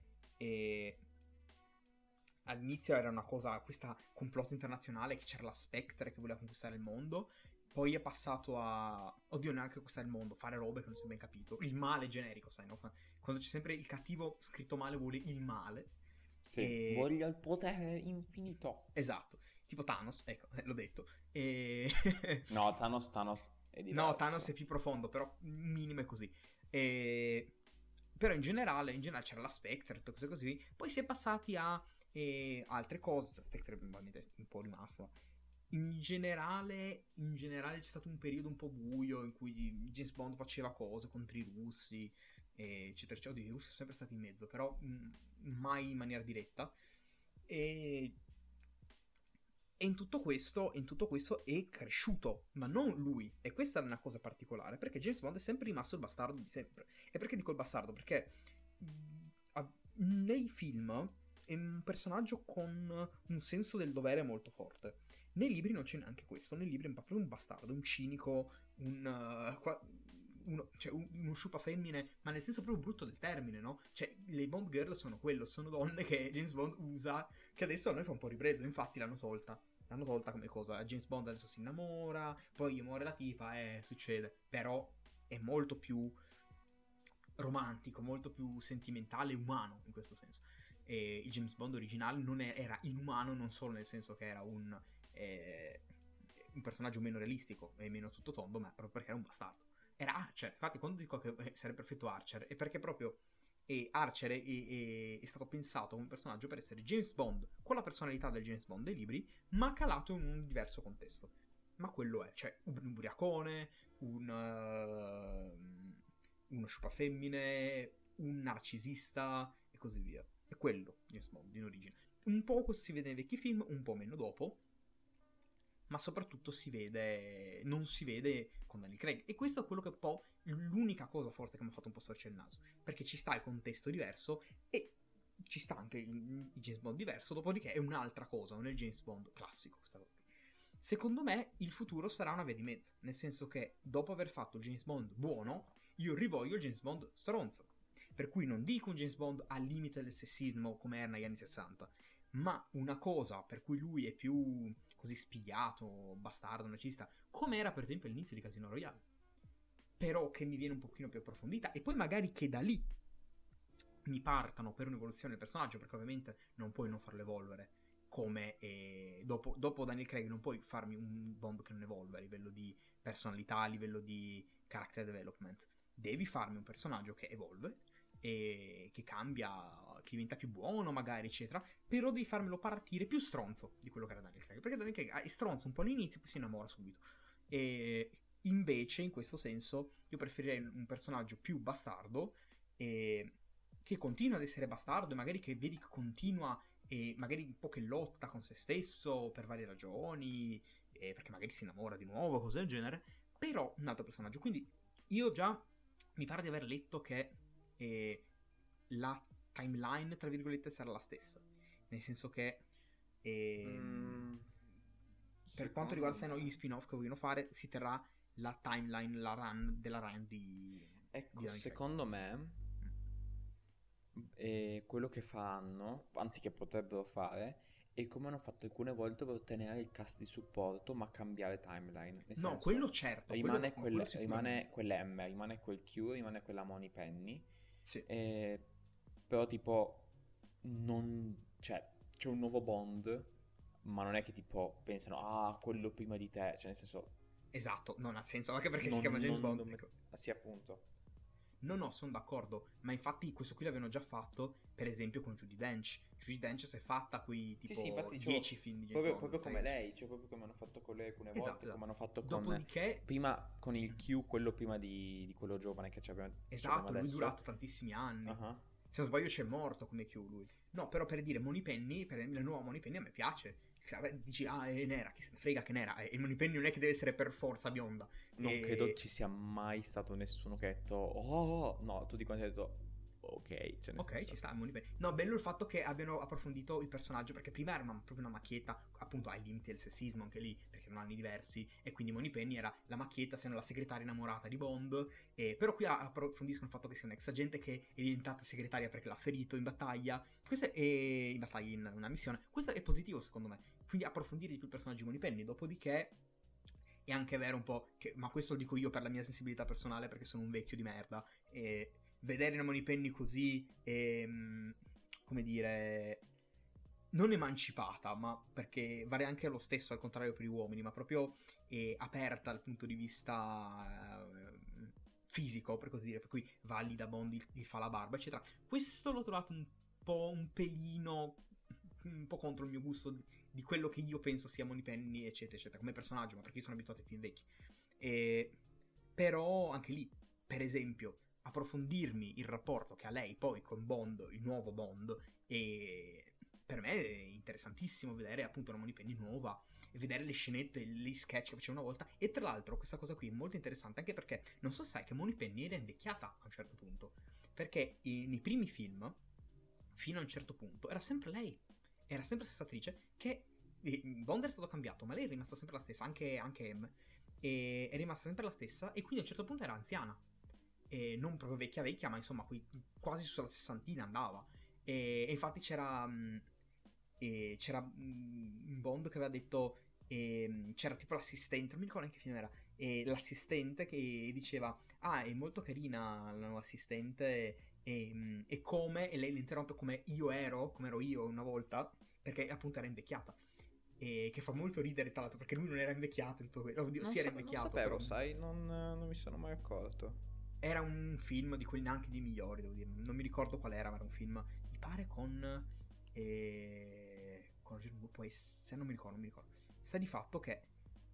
all'inizio era una cosa, questa complotto internazionale, che c'era la Spectre che voleva conquistare il mondo, poi è passato a, oddio, neanche conquistare il mondo, fare robe che non si è ben capito, il male generico, sai, no? Quando c'è sempre il cattivo scritto male vuole il male. Sì, voglio il potere infinito. Esatto, tipo Thanos, ecco, l'ho detto. No, Thanos è diverso. No, Thanos è più profondo, però minimo è così. Però in generale c'era la Spectre, tutte cose così. Poi si è passati a altre cose. La Spectre probabilmente è un po' rimasta. In generale c'è stato un periodo un po' buio in cui James Bond faceva cose contro i russi, eccetera, eccetera. Oddio, i russi sono sempre stati in mezzo, però mai in maniera diretta. E in tutto questo è cresciuto, ma non lui. E questa è una cosa particolare, perché James Bond è sempre rimasto il bastardo di sempre. E perché dico il bastardo? Perché nei film è un personaggio con un senso del dovere molto forte. Nei libri non c'è neanche questo. Nei libri è proprio un bastardo, un cinico, uno sciupafemmine, ma nel senso proprio brutto del termine, no? Cioè, le Bond girl sono quello, sono donne che James Bond usa, che adesso a noi fa un po' ribrezzo, infatti l'hanno tolta come cosa. James Bond adesso si innamora, poi gli muore la tipa, succede. Però è molto più romantico, molto più sentimentale e umano in questo senso. Il James Bond originale era inumano, non solo nel senso che era un personaggio meno realistico e meno tutto tondo, ma proprio perché era un bastardo. Era Archer, infatti quando dico che sarebbe perfetto Archer è perché proprio Archer è stato pensato come un personaggio per essere James Bond con la personalità del James Bond dei libri, ma calato in un diverso contesto. Ma quello è, cioè un ubriacone, uno sciupafemmine, un narcisista e così via. È quello James Bond in origine. Un po' questo si vede nei vecchi film, un po' meno dopo, ma soprattutto non si vede con Daniel Craig. E questo è quello che è un po' l'unica cosa forse che mi ha fatto un po' storcere il naso, perché ci sta il contesto diverso e ci sta anche il James Bond diverso, dopodiché è un'altra cosa, non è il James Bond classico. Secondo me il futuro sarà una via di mezzo, nel senso che dopo aver fatto il James Bond buono, io rivoglio il James Bond stronzo. Per cui non dico un James Bond al limite del sessismo come era negli anni 60, ma una cosa per cui lui è più così spigliato, bastardo, narcisista, come era per esempio all'inizio di Casino Royale, però che mi viene un pochino più approfondita, e poi magari che da lì mi partano per un'evoluzione del personaggio, perché ovviamente non puoi non farlo evolvere, come dopo Daniel Craig non puoi farmi un Bond che non evolve a livello di personalità, a livello di character development, devi farmi un personaggio che evolve e che cambia, che diventa più buono magari, eccetera, però devi farmelo partire più stronzo di quello che era Daniel Craig, perché Daniel Craig è stronzo un po' all'inizio, poi si innamora subito. E invece in questo senso io preferirei un personaggio più bastardo, che continua ad essere bastardo e magari che vedi che continua e magari un po' che lotta con se stesso per varie ragioni, perché magari si innamora di nuovo, cose del genere, però un altro personaggio. Quindi io già mi pare di aver letto che la timeline, tra virgolette, sarà la stessa, nel senso che per quanto riguarda, sai, no, gli spin-off che vogliono fare, si terrà la timeline, la run della run di secondo me quello che faranno, anzi che potrebbero fare, è come hanno fatto alcune volte, per ottenere il cast di supporto ma cambiare timeline. Nel senso, quello certo, rimane quell'M, rimane quel Q, rimane quella Money Penny. Sì. Però tipo cioè, c'è un nuovo Bond, ma non è che tipo pensano, ah, quello prima di te, cioè nel senso... Esatto, non ha senso, anche perché si chiama James Bond. Sì, appunto. No, sono d'accordo, ma infatti questo qui l'avevano già fatto, per esempio, con Judi Dench. Judi Dench si è fatta quei tipo sì, infatti, 10 film di James Bond. Proprio come lei, cioè proprio come hanno fatto con lei alcune volte, Esatto. come hanno fatto con... Dopodiché... Prima con il Q, quello prima di quello giovane che abbiamo Esatto, lui è adesso. durato tantissimi anni. Uh-huh. Se non sbaglio c'è morto come Q lui. No, però per dire Moneypenny, la nuova Moneypenny a me piace. Dici, è nera, chi se ne frega che è nera. E Moneypenny non è che deve essere per forza bionda. Non credo ci sia mai stato nessuno che ha detto, oh, no, tutti quanti hanno detto, ok. Cioè Ok, senso... ci sta, Moneypenny. No, bello il fatto che abbiano approfondito il personaggio, perché prima era proprio una macchietta, appunto ai limiti del sessismo anche lì, perché erano anni diversi, e quindi Moneypenny era la macchietta, se non la segretaria innamorata di Bond, però qui approfondiscono il fatto che sia un ex agente che è diventata segretaria perché l'ha ferito in battaglia, in una missione. Questo è positivo secondo me, quindi approfondire di più il personaggio di Moneypenny. Dopodiché è anche vero un po' che, ma questo lo dico io per la mia sensibilità personale, perché sono un vecchio di merda, e vedere una Moneypenny così, come dire, non emancipata, ma perché vale anche lo stesso al contrario per gli uomini, ma proprio aperta dal punto di vista fisico, per così dire, per cui va lì da Bond, gli fa la barba, eccetera. Questo l'ho trovato un pelino, un po' contro il mio gusto di quello che io penso sia Moneypenny, eccetera, eccetera, come personaggio, ma perché io sono abituato ai film vecchi. Però anche lì, per esempio, approfondirmi il rapporto che ha lei poi con Bond, il nuovo Bond, e per me è interessantissimo vedere appunto una Moneypenny nuova e vedere le scenette, gli sketch che faceva una volta. E tra l'altro questa cosa qui è molto interessante anche perché non so se sai che Moneypenny era invecchiata a un certo punto, perché nei primi film fino a un certo punto era sempre lei, era sempre la stessa attrice, che Bond era stato cambiato ma lei è rimasta sempre la stessa, anche M è rimasta sempre la stessa, e quindi a un certo punto era anziana. E non proprio vecchia, ma insomma quasi sulla sessantina andava. E infatti c'era un Bond che aveva detto, c'era tipo l'assistente, non mi ricordo neanche che film era, l'assistente che diceva, ah, è molto carina la nuova assistente, e come, e lei l'interrompe, come ero io una volta, perché appunto era invecchiata. E che fa molto ridere tra l'altro, perché lui non era invecchiato in tutto questo. Oddio, sì, era invecchiato. Non sapevo, però sai, non mi sono mai accorto. era un film di quelli neanche di migliori, devo dire. Non mi ricordo qual era, ma era un film, mi pare con Roger Moore, può essere, non mi ricordo. Sta di fatto che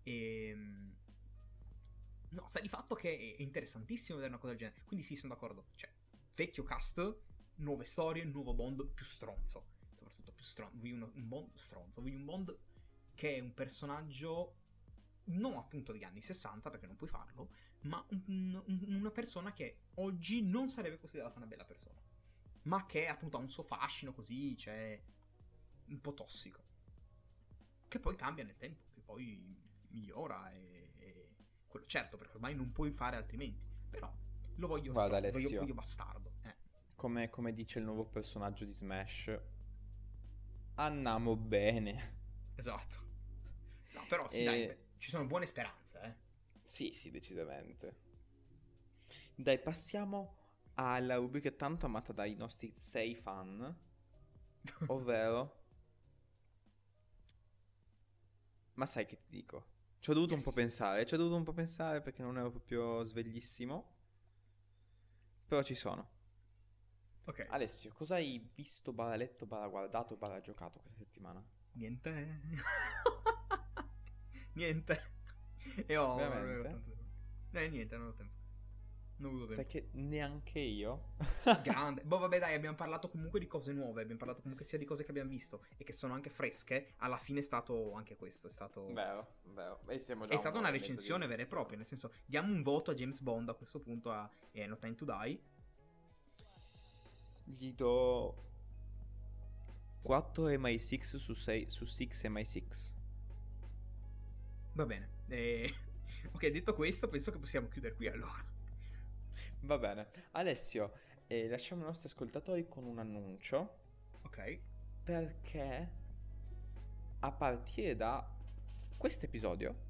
sta di fatto che è interessantissimo vedere una cosa del genere. Quindi sì, sono d'accordo. Cioè, vecchio cast, nuove storie, nuovo Bond più stronzo. Soprattutto più stronzo. Vuoi un Bond stronzo, vuoi un Bond che è un personaggio non appunto degli anni 60, perché non puoi farlo, ma una persona che oggi non sarebbe considerata una bella persona, ma che appunto ha un suo fascino così, cioè un po' tossico, che poi cambia nel tempo, che poi migliora, e quello certo, perché ormai non puoi fare altrimenti, però lo voglio, voglio bastardo. Come dice il nuovo personaggio di Smash, andiamo bene. Esatto. No, però sì, dai, ci sono buone speranze, Sì, decisamente. Dai, passiamo alla rubrica tanto amata dai nostri 6 fan, ovvero... Ma sai che ti dico? Ci ho dovuto un po' pensare perché non ero proprio sveglissimo, però ci sono. Ok. Alessio, cosa hai visto, letto, guardato, giocato questa settimana? Niente. Niente. E ho veramente? Niente, non ho tempo. Non ho avuto tempo. Sai che neanche io. Grande. Boh, vabbè, dai, abbiamo parlato comunque di cose nuove. Abbiamo parlato comunque sia di cose che abbiamo visto e che sono anche fresche. Alla fine è stato anche questo. È stato. Vero. E siamo già è stata una recensione vera e propria. Nel senso, diamo un voto a James Bond a questo punto, a No Time to Die. Gli do 4 MI6 su 6 MI6. Va bene. Ok, detto questo, penso che possiamo chiudere qui allora. Va bene. Alessio, lasciamo i nostri ascoltatori con un annuncio. Ok. Perché a partire da questo episodio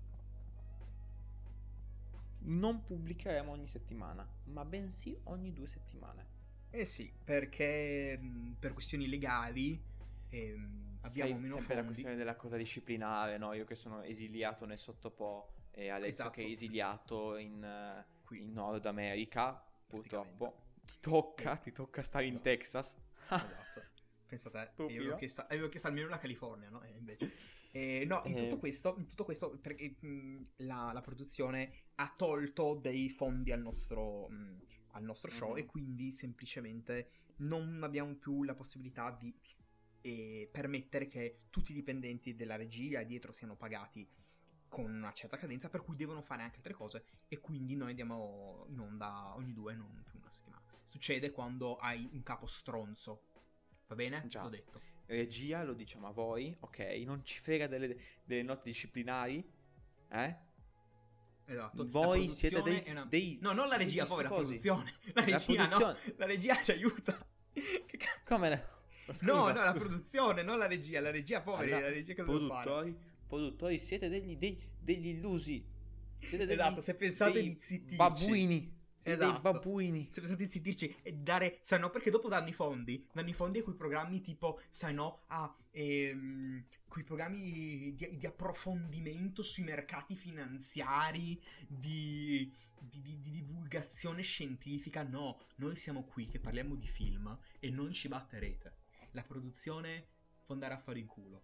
non pubblicheremo ogni settimana, ma bensì ogni 2 settimane. Eh sì, perché per questioni legali abbiamo meno sempre fondi. la questione della cosa disciplinare, no? Io che sono esiliato nel Sottopo e Alessio Esatto. che è esiliato in Qui. Nord America, purtroppo. Praticamente. Ti tocca stare in Texas. Esatto. Pensa te, Stupido. io avevo chiesto almeno la California, no? E invece... no, in tutto questo perché la produzione ha tolto dei fondi al nostro show e quindi semplicemente non abbiamo più la possibilità di permettere che tutti i dipendenti della regia dietro siano pagati con una certa cadenza, per cui devono fare anche altre cose e quindi noi andiamo in onda ogni 2, non più una settimana. Succede quando hai un capo stronzo, va bene? Già. L'ho detto. Regia, lo diciamo a voi, ok? Non ci frega delle note disciplinari, eh? Esatto. Voi siete dei No, non la regia, degli poi la schifosi. produzione. La regia no, la regia ci aiuta. Come? No, la produzione, non la regia, poveri, Allora, la regia cosa devo fare? produttori, siete degli illusi. Siete degli, Esatto, se pensate dei di zittirci. Babbuini. Siete Esatto. dei babbuini. Se pensate di zittirci e dare, sai no, perché dopo danno i fondi a quei programmi tipo, sai no, quei programmi di approfondimento sui mercati finanziari, di divulgazione scientifica. No, noi siamo qui che parliamo di film e non ci batterete. La produzione può andare a fare in culo.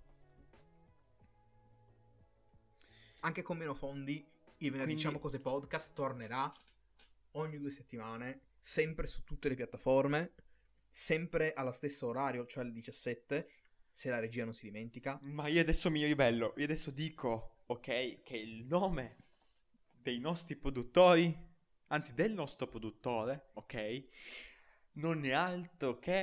Anche con meno fondi, il venerdì diciamo cose podcast tornerà ogni 2 settimane, sempre su tutte le piattaforme, sempre allo stesso orario, cioè alle 17, se la regia non si dimentica. Ma io adesso mi ribello, io adesso dico, ok, che il nome dei nostri produttori, anzi del nostro produttore, ok, non è altro che...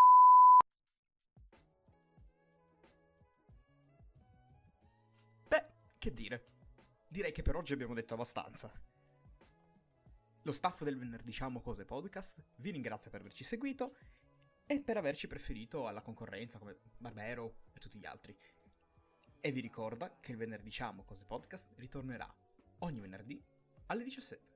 Beh, che dire? Direi che per oggi abbiamo detto abbastanza. Lo staff del Venerdì Diciamo Cose Podcast vi ringrazia per averci seguito e per averci preferito alla concorrenza come Barbero e tutti gli altri. E vi ricorda che il Venerdì Diciamo Cose Podcast ritornerà ogni venerdì alle 17.